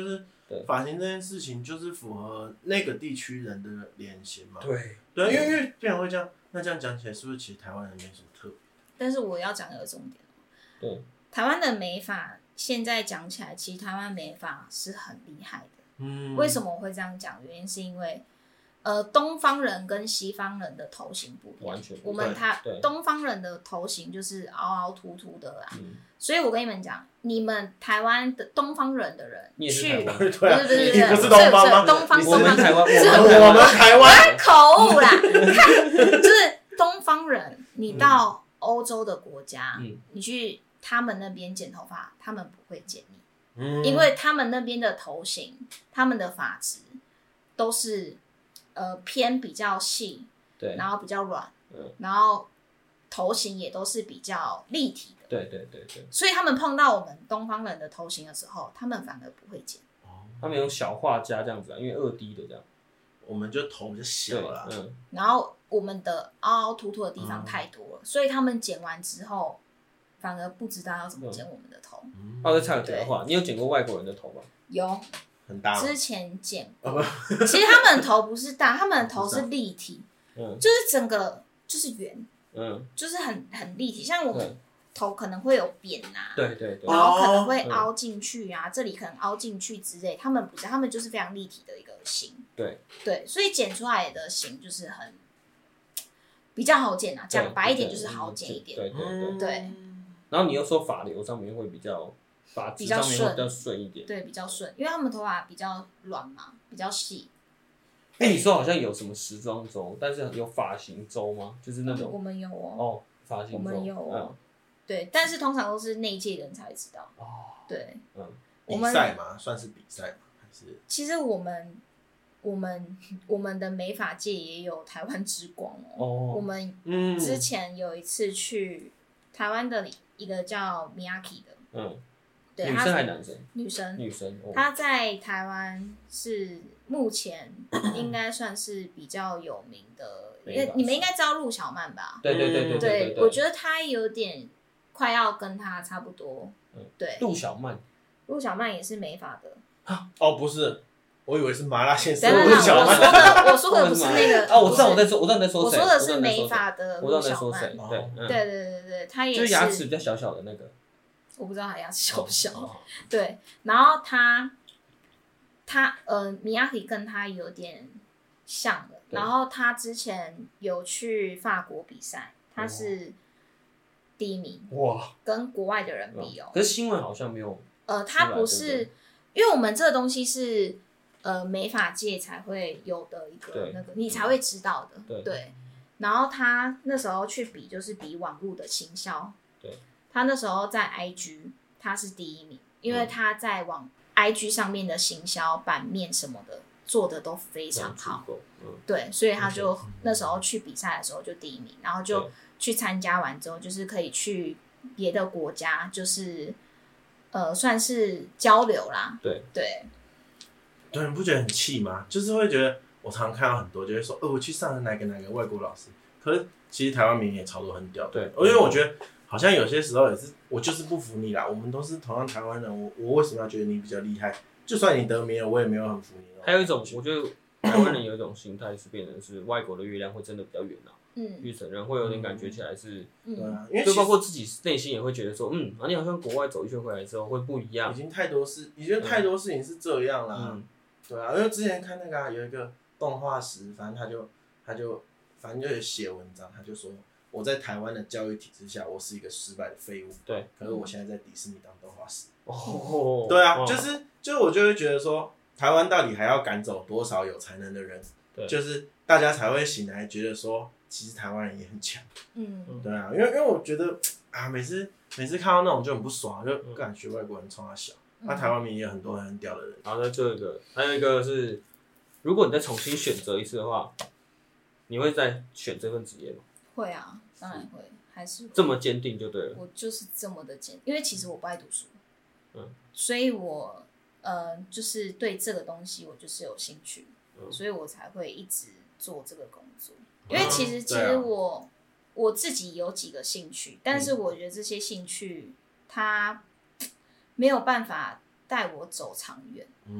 发型这件事情就是符合那个地区人的脸型嘛。 对对，因为因为别人会这样，那这样讲起来是不是其实台湾人没什么特别？ 但是我要讲一个重点， 对， 台湾的美发现在讲起来，其实台湾美发是很厉害的。 嗯， 为什么我会这样讲？原因是因为，呃，东方人跟西方人的头型不一样。 完全不我们台对东方人的头型就是凹凹凸凸的啦。 嗯所以我跟你们讲，你们台湾的东方人的人你也是去， 台湾不对啊是不是你不是是东方吗是东方你是东方我们台湾， 是我们我们台湾口误啦，看就是东方人，你到欧洲的国家， 嗯你去他们那边剪头发，他们不会剪你。 嗯因为他们那边的头型，他们的发质都是呃偏比较细， 对， 然后比较软， 嗯然后头型也都是比较立体的， 对对对对， 所以他们碰到我们东方人的头型的时候，他们反而不会剪。 他们用小画家这样子啊，因为二 D 的这样， 我们就头比较小对， 啦。 嗯， 然后我们的凹凹凸凸的地嗯方太多了，所以他们剪完之后，反而不知道要怎么剪我们的头。 嗯哦，再插个题外话，你有剪过外国人的头吗？ 有很大吗， 之前剪哦过，其实他们的头不是大，他们的头是立体， 嗯就是整个就是圆， 嗯， 就是很很立体。像我们对头可能会有扁啊， 对对对， 然后可能会嗯凹进去啊，这里可能凹进去之类。他们不是，他们就是非常立体的一个型。 对对，所以剪出来的型就是很比较好剪啊，讲白一点就是好剪一点。 对对对。 嗯对然后你又说发流上面会比较，发质上面会比较顺一点。 对，比较顺，因为他们头发比较软嘛，比较细。 哎，你说好像有什么时装周，但是有发型周吗？就是那我种们有哦， 哦，发型周， 我们有哦嗯， 对，但是通常都是那一届人才知道。 哦， 对， 嗯， 比我们赛嘛，算是比赛嘛，还是其实我们我们我们的美发界也有台湾之光哦。我哦， 们嗯之前有一次去台湾的一个叫 Miyaki 的， 嗯， 对， 女她生还是男生？ 女生， 女生，哦， 她在台湾是目前应该算是比较有名的，因为你们应该知道陆小曼吧？ 对对对对对对， 我觉得她有点快要跟她差不多。 嗯对， 陆小曼， 陆小曼也是美发的。 哦，不是，我以为是麻辣鲜师等等等， 陆小我说曼。 的我说的不是那个啊，我知道我在不是说，我知道你在说谁， 我说的是我知道你在说谁美发的我知道陆小曼你在说谁，。对， 哦嗯对对对对，她也就是牙齿比较小小的那个， 我不知道她牙齿小不小。 哦对，然后他他呃，米亚比跟他有点像的， 对然后他之前有去法国比赛，他是第一名， 哇， 跟国外的人比哦。 可是新闻好像没有， 呃，他不对是不， 因为我们这个东西是呃美发界才会有的一个对那个，你才会知道的， 对对。然后他那时候去比，就是比网络的行销。 对。 他那时候在 I G 他是第一名，因为嗯他在网 I G 上面的行销版面什么的做的都非常好， 足够，嗯， 对，所以他就那时候去比赛的时候就第一名，然后就对去参加完之后，就是可以去别的国家，就是呃算是交流啦， 对对， 对，你不觉得很气吗？就是会觉得，我常常看到很多就会说，哦，我去上了哪个哪个外国老师，可是其实台湾名也超多很屌的， 对因为我觉得好像有些时候也是，我就是不服你啦，我们都是同样台湾人，我我为什么要觉得你比较厉害？就算你得名了，我也没有很服你。 还有一种，我觉得台湾人有一种心态是变成是外国的月亮会真的比较圆啊， 嗯去承认会有点感觉起来是， 嗯， 对啊，因为就其实包括自己内心也会觉得说，嗯，啊，你好像国外走一圈回来之后会不一样已，经太多事，已经太多事情是这样啦。 嗯， 对啊，因为之前看那个、啊、有一个动画师，反正他就他就反正就有写文章，他就说我在台湾的教育体制下，我是一个失败的废物。 对， 可是我现在在迪士尼当动画师。 哦， 对啊， 哦就是就是我就会觉得说，台湾到底还要赶走多少有才能的人？ 对就是大家才会醒来，觉得说，其实台湾人也很强。 嗯对啊，因为因为我觉得啊，每次每次看到那种就很不爽，就嗯感觉外国人冲他小。 嗯那、台湾民也有很多很屌的人。 然后呢，这个还有一个是，如果你再重新选择一次的话，你会再选这份职业吗？ 会啊，当然会，还是会这么坚定就对了。 我就是这么的坚，因为其实我不爱读书， 嗯， 所以我呃就是对这个东西我就是有兴趣， 嗯所以我才会一直做这个工作。因为其实、 嗯其对啊实我我自己有几个兴趣，但是我觉得这些兴趣它没有办法带我走长远。 嗯，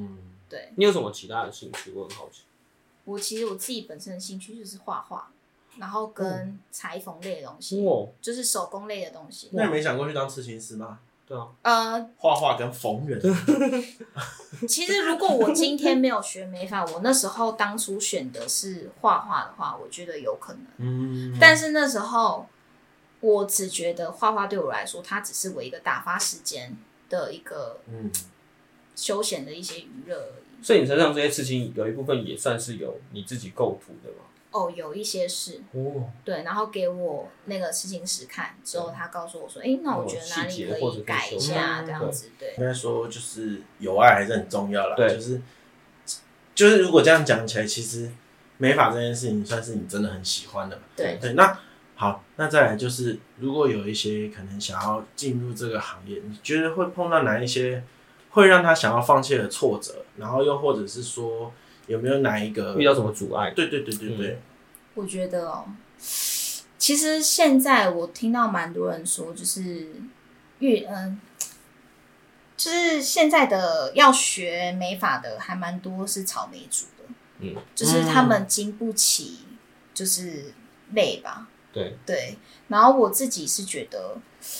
对， 你有什么其他的兴趣？我很好奇。 我其实我自己本身的兴趣就是画画，然后跟裁缝类的东西， 哦， 就是手工类的东西。 那你没想过去当刺青师吗？ 对啊， 呃， 画画跟缝纫。 其实如果我今天没有学美发，我那时候当初选的是画画的话，我觉得有可能。 嗯， 但是那时候我只觉得画画对我来说，它只是我一个打发时间的一个嗯休闲的一些娱乐而已。 所以你身上这些刺青有一部分也算是有你自己构图的嘛？ 哦，有一些是， 哦， 对，然后给我那个刺青师看之后，他告诉我说：“哎，那我觉得哪里可以改一下，这样子。”对， 应该说就是有爱还是很重要啦。 对， 就是就是如果这样讲起来，其实美发这件事情算是你真的很喜欢的嘛。 对对，那好，那再来就是，如果有一些可能想要进入这个行业，你觉得会碰到哪一些会让他想要放弃的挫折？然后又或者是说，有没有哪一个遇到什么阻碍？ 对对对对对。 嗯、 我觉得哦，其实现在我听到蛮多人说，就是越嗯，就是现在的要学美发的还蛮多是草莓族的， 嗯， 就是他们经不起就是累吧。 对对，然后我自己是觉得，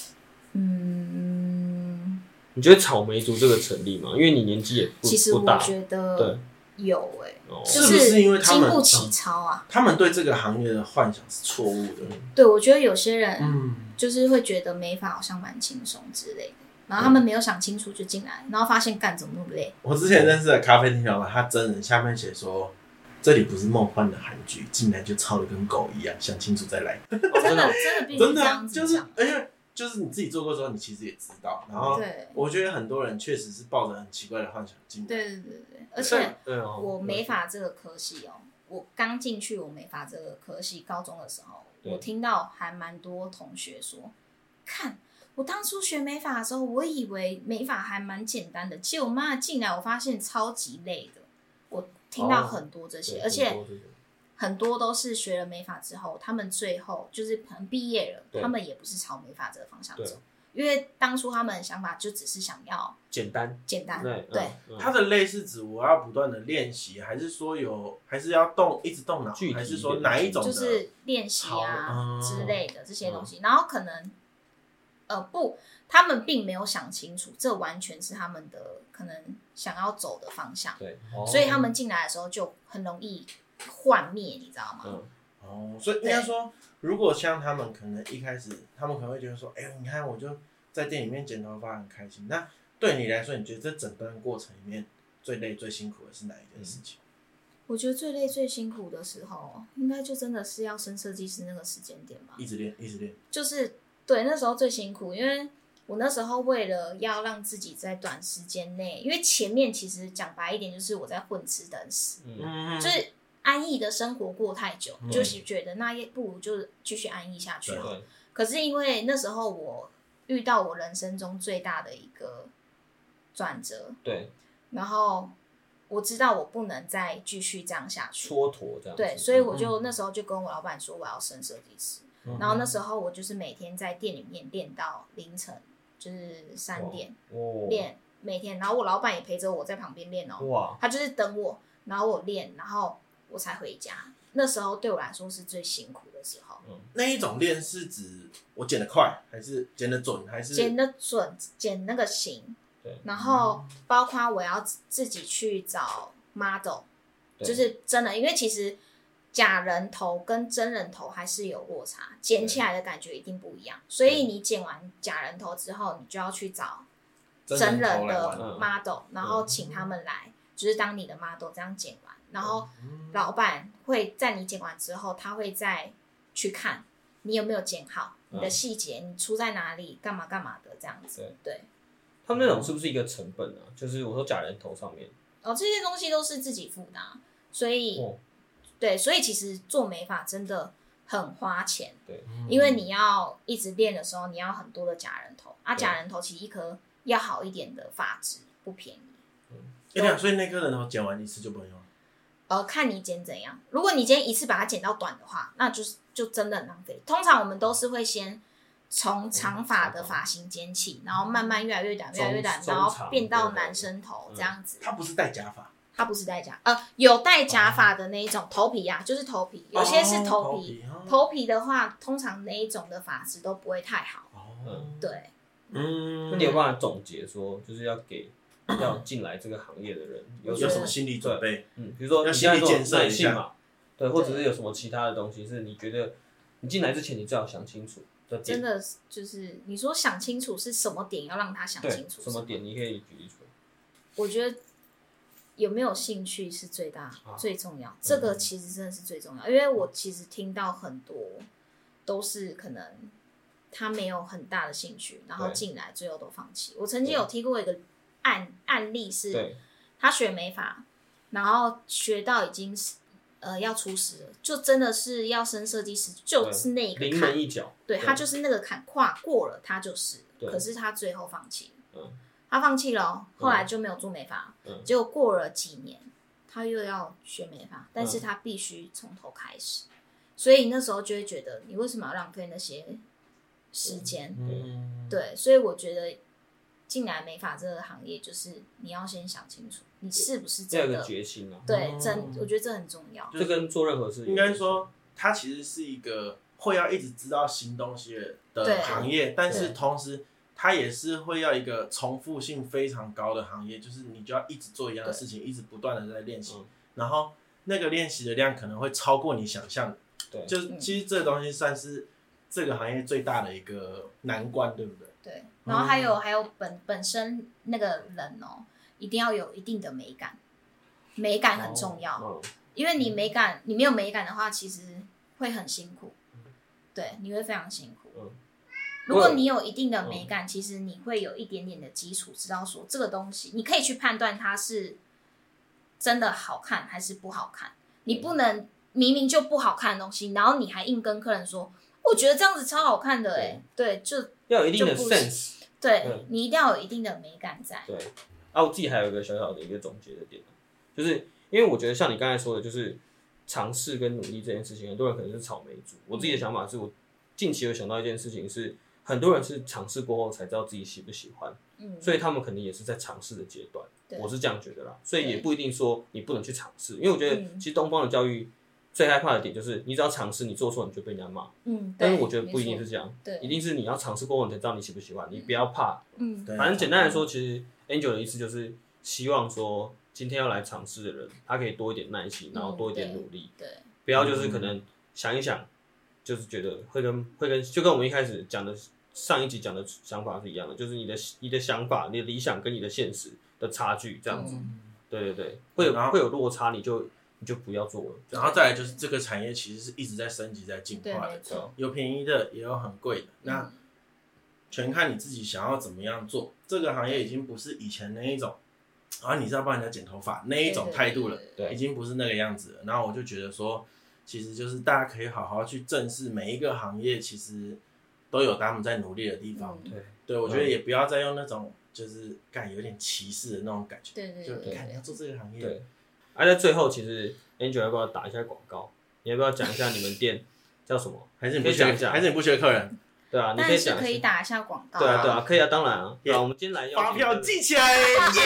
嗯， 你觉得草莓族这个成立吗？因为你年纪也不其实我觉得有哎、欸， 哦、 就是不是因为他们经不起操啊、 嗯？他们对这个行业的幻想是错误的。 对，我觉得有些人嗯， 就是会觉得美发好像蛮轻松之类的，然后他们没有想清楚就进来，然后发现干怎么那么累。 我之前认识的咖啡厅老板，他真人下面写说。这里不是梦幻的韩剧，进来就操的跟狗一样，想清楚再来。 真的真的必须这样子讲，就是而且就是你自己做过之后，你其实也知道。然后我觉得很多人确实是抱着很奇怪的幻想进来。 对对对对，而且我美发这个科系哦，我刚进去我美发这个科系，高中的时候，我听到还蛮多同学说，看我当初学美发的时候，我以为美发还蛮简单的，结果妈进来我发现超级累的。我听到很多这些，哦、而且很多都是学了美发之后，他们最后就是可能毕业了，他们也不是朝美发这个方向走，因为当初他们的想法就只是想要简单简单。 对， 对嗯、 他的累是指我要不断的练习，还是说有，还是要动一直动脑，还是说哪一种的？ 就是练习啊、嗯、之类的这些东西，嗯、然后可能呃不，他们并没有想清楚，这完全是他们的可能想要走的方向， 对， 哦、所以他们进来的时候就很容易幻灭，你知道吗？ 嗯、哦，所以应该说，如果像他们可能一开始，他们可能会觉得说，哎、欸，你看我就在店里面剪头发很开心。那对你来说，你觉得这整段过程里面最累、最辛苦的是哪一件事情？ 我觉得最累、最辛苦的时候，应该就真的是要升设计师那个时间点吧。 一直练，一直练， 就是对那时候最辛苦，因为。我那时候为了要让自己在短时间内，因为前面其实讲白一点，就是我在混吃等死，嗯，就是安逸的生活过太久，嗯、就是觉得那也不如就继续安逸下去好了。可是因为那时候我遇到我人生中最大的一个转折， 对， 然后我知道我不能再继续这样下去， 蹉跎这样子， 对，所以我就那时候就跟我老板说我要升设计师，嗯、然后那时候我就是每天在店里面练到凌晨。就是三点练、哦、每天，然后我老板也陪着我在旁边练哦，哇，他就是等我，然后我练，然后我才回家。那时候对我来说是最辛苦的时候。 嗯、那一种练是指我剪得快，还是剪得准，还是剪得准，剪那个型。对，然后包括我要自己去找 model， 就是真的，因为其实。假人头跟真人头还是有落差，剪起来的感觉一定不一样。所以你剪完假人头之后，你就要去找真人的 model， 然后请他们来，就是当你的 model 这样剪完。然后老板会在你剪完之后，他会再去看你有没有剪好，你的细节，你出在哪里，干嘛干嘛的这样子。对， 他们那种是不是一个成本啊？就是我说假人头上面， 哦，这些东西都是自己付的，所以。哦对，所以其实做美发真的很花钱，对，因为你要一直练的时候，你要很多的假人头啊，假人头其实一颗要好一点的发质不便宜。 嗯，对啊，所以那颗人头剪完一次就不能用了。 呃，看你剪怎样。如果你今天一次把它剪到短的话，那就是就真的很浪费。通常我们都是会先从长发的发型剪起，然后慢慢越来越短，越来越短，然后变到男生头这样子。 他不是戴假发。 它不是戴假，呃，有戴假发的那一种头皮啊，就是头皮，有些是头皮。 哦、头皮头皮的话，通常那一种的发质都不会太好。 哦， 对， 嗯， 那你有办法总结说，就是要给要进来这个行业的人有什么心理准备？ 嗯，比如说要心理建设一下嘛，对，或者是有什么其他的东西是你觉得你进来之前你最好想清楚的点。 真的就是你说想清楚是什么点，要让他想清楚什么点，你可以举例出来。 我觉得有没有兴趣是最大、啊、最重要，这个其实真的是最重要，因为我其实听到很多都是可能他没有很大的兴趣，然后进来最后都放弃。我曾经有听过一个案案例是，他学美发，然后学到已经呃要出师了，就真的是要升设计师，就是那一个坎， 临门一脚， 对，他就是那个坎跨过了，他就是，可是他最后放弃了。嗯，他放弃了、哦，后来就没有做美发、嗯，结果过了几年，他又要学美发，但是他必须从头开始、嗯，所以那时候就会觉得，你为什么要浪费那些时间？嗯，对，所以我觉得进来美发这个行业，就是你要先想清楚，你是不是真的要有个决心啊？ 对，真，我觉得这很重要。 这跟做任何事应该说，它其实是一个会要一直知道新东西的行业，但是同时。它也是会要一个重复性非常高的行业，就是你就要一直做一样的事情，一直不断的在练习、嗯，然后那个练习的量可能会超过你想象的。对，就是其实这个东西算是这个行业最大的一个难关，对不对？ 对，然后还有、嗯、还有本本身那个人哦，一定要有一定的美感，美感很重要，哦、因为你美感你没有美感的话，其实会很辛苦，对，你会非常辛苦。嗯，如果你有一定的美感、嗯、其实你会有一点点的基础，知道说这个东西你可以去判断它是真的好看还是不好看。你不能明明就不好看的东西，然后你还硬跟客人说我觉得这样子超好看的哎、欸，对，就要有一定的 sense， 对、嗯、你一定要有一定的美感在。 对啊，我自己还有一个小小的一个总结的点，就是因为我觉得像你刚才说的，就是尝试跟努力这件事情，很多人可能是草莓族。我自己的想法是我近期有想到一件事情是。很多人是尝试过后才知道自己喜不喜欢、嗯，所以他们可能也是在尝试的阶段，我是这样觉得啦。所以也不一定说你不能去尝试，因为我觉得其实东方的教育最害怕的点就是你只要尝试，你做错你就被人家骂。嗯，但是我觉得不一定是这样，一定是你要尝试过后你才知道你喜不喜欢，你不要怕。嗯，反正简单来说，其实 Angel 的意思就是希望说今天要来尝试的人，他可以多一点耐心，然后多一点努力，对，不要就是可能想一想，就是觉得会跟会跟就跟我们一开始讲的。上一集讲的想法是一样的，就是你的你的想法、你的理想跟你的现实的差距这样子，嗯、对对对，会有会有落差，你就你就不要做了。 然后再来就是这个产业其实是一直在升级、在进化的，有便宜的也有很贵的，嗯、那全看你自己想要怎么样做。这个行业已经不是以前那一种，啊你是要帮人家剪头发那一种态度了，对，已经不是那个样子了。然后我就觉得说，其实就是大家可以好好去正视每一个行业，其实。都有他们在努力的地方，嗯、对，对我觉得也不要再用那种就是干有点歧视的那种感觉，对对对，就看你要做这个行业。对， 而、啊、在最后，其实 Angel 要不要打一下广告？你要不要讲一下你们店叫什么？ 还是你不缺？还是你不缺客人？ 对啊，你可以讲， 可以打一下广告、啊。 对啊，对啊，可以啊，当然啊。对啊，我们今天来发票寄起来。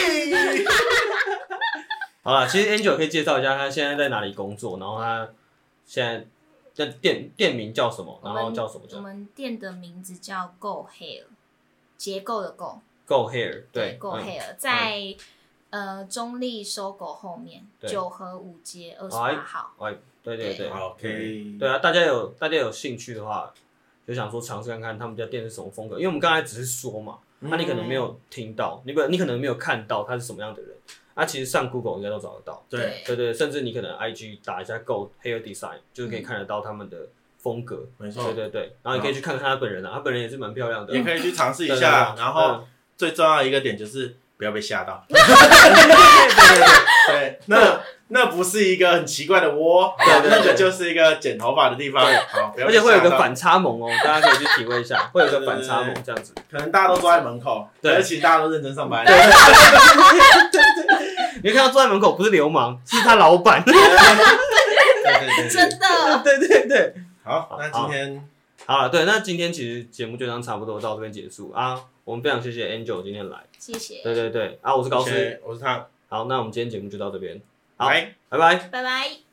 好了，其实 Angel 可以介绍一下他现在在哪里工作，然后他现在。那店店名叫什么？然后叫什么？ 我们店的名字叫 Go Hair， 结构的 Go。Go Hair， 对 ，Go Hair，、嗯、在、嗯、呃中立收购后面，九和五街二十八号。 哎，对对对 ，OK， 对啊，大家有大家有兴趣的话，就想说尝试看看他们家店是什么风格，因为我们刚才只是说嘛，那、嗯啊、你可能没有听到，你不你可能没有看到他是什么样的人。啊，其实上 Google 应该都找得到， 对对对，甚至你可能 I G 打一下 Go Hair Design， 就是可以看得到他们的风格，没错，对对对，然后你可以去看看他本人啊，他本人也是蛮漂亮的， 也可以去尝试一下，然后最重要的一个点就是不要被吓到，对对对对，那那不是一个很奇怪的窝，对，那个就是一个剪头发的地方，好， 而且会有个反差萌哦，大家可以去体会一下，会有个反差萌这样子， 可能大家都坐在门口，对，而且大家都认真上班，对对对。你会看到坐在门口不是流氓，是他老板。对对对，真的。 对对对， 好，那今天好了，对，那今天其实节目就这样差不多到这边结束啊。我们非常谢谢 Angel 今天来， 谢谢。 对对对，啊，我是高斯， 我是他。 好，那我们今天节目就到这边，好， 拜拜拜。 拜拜。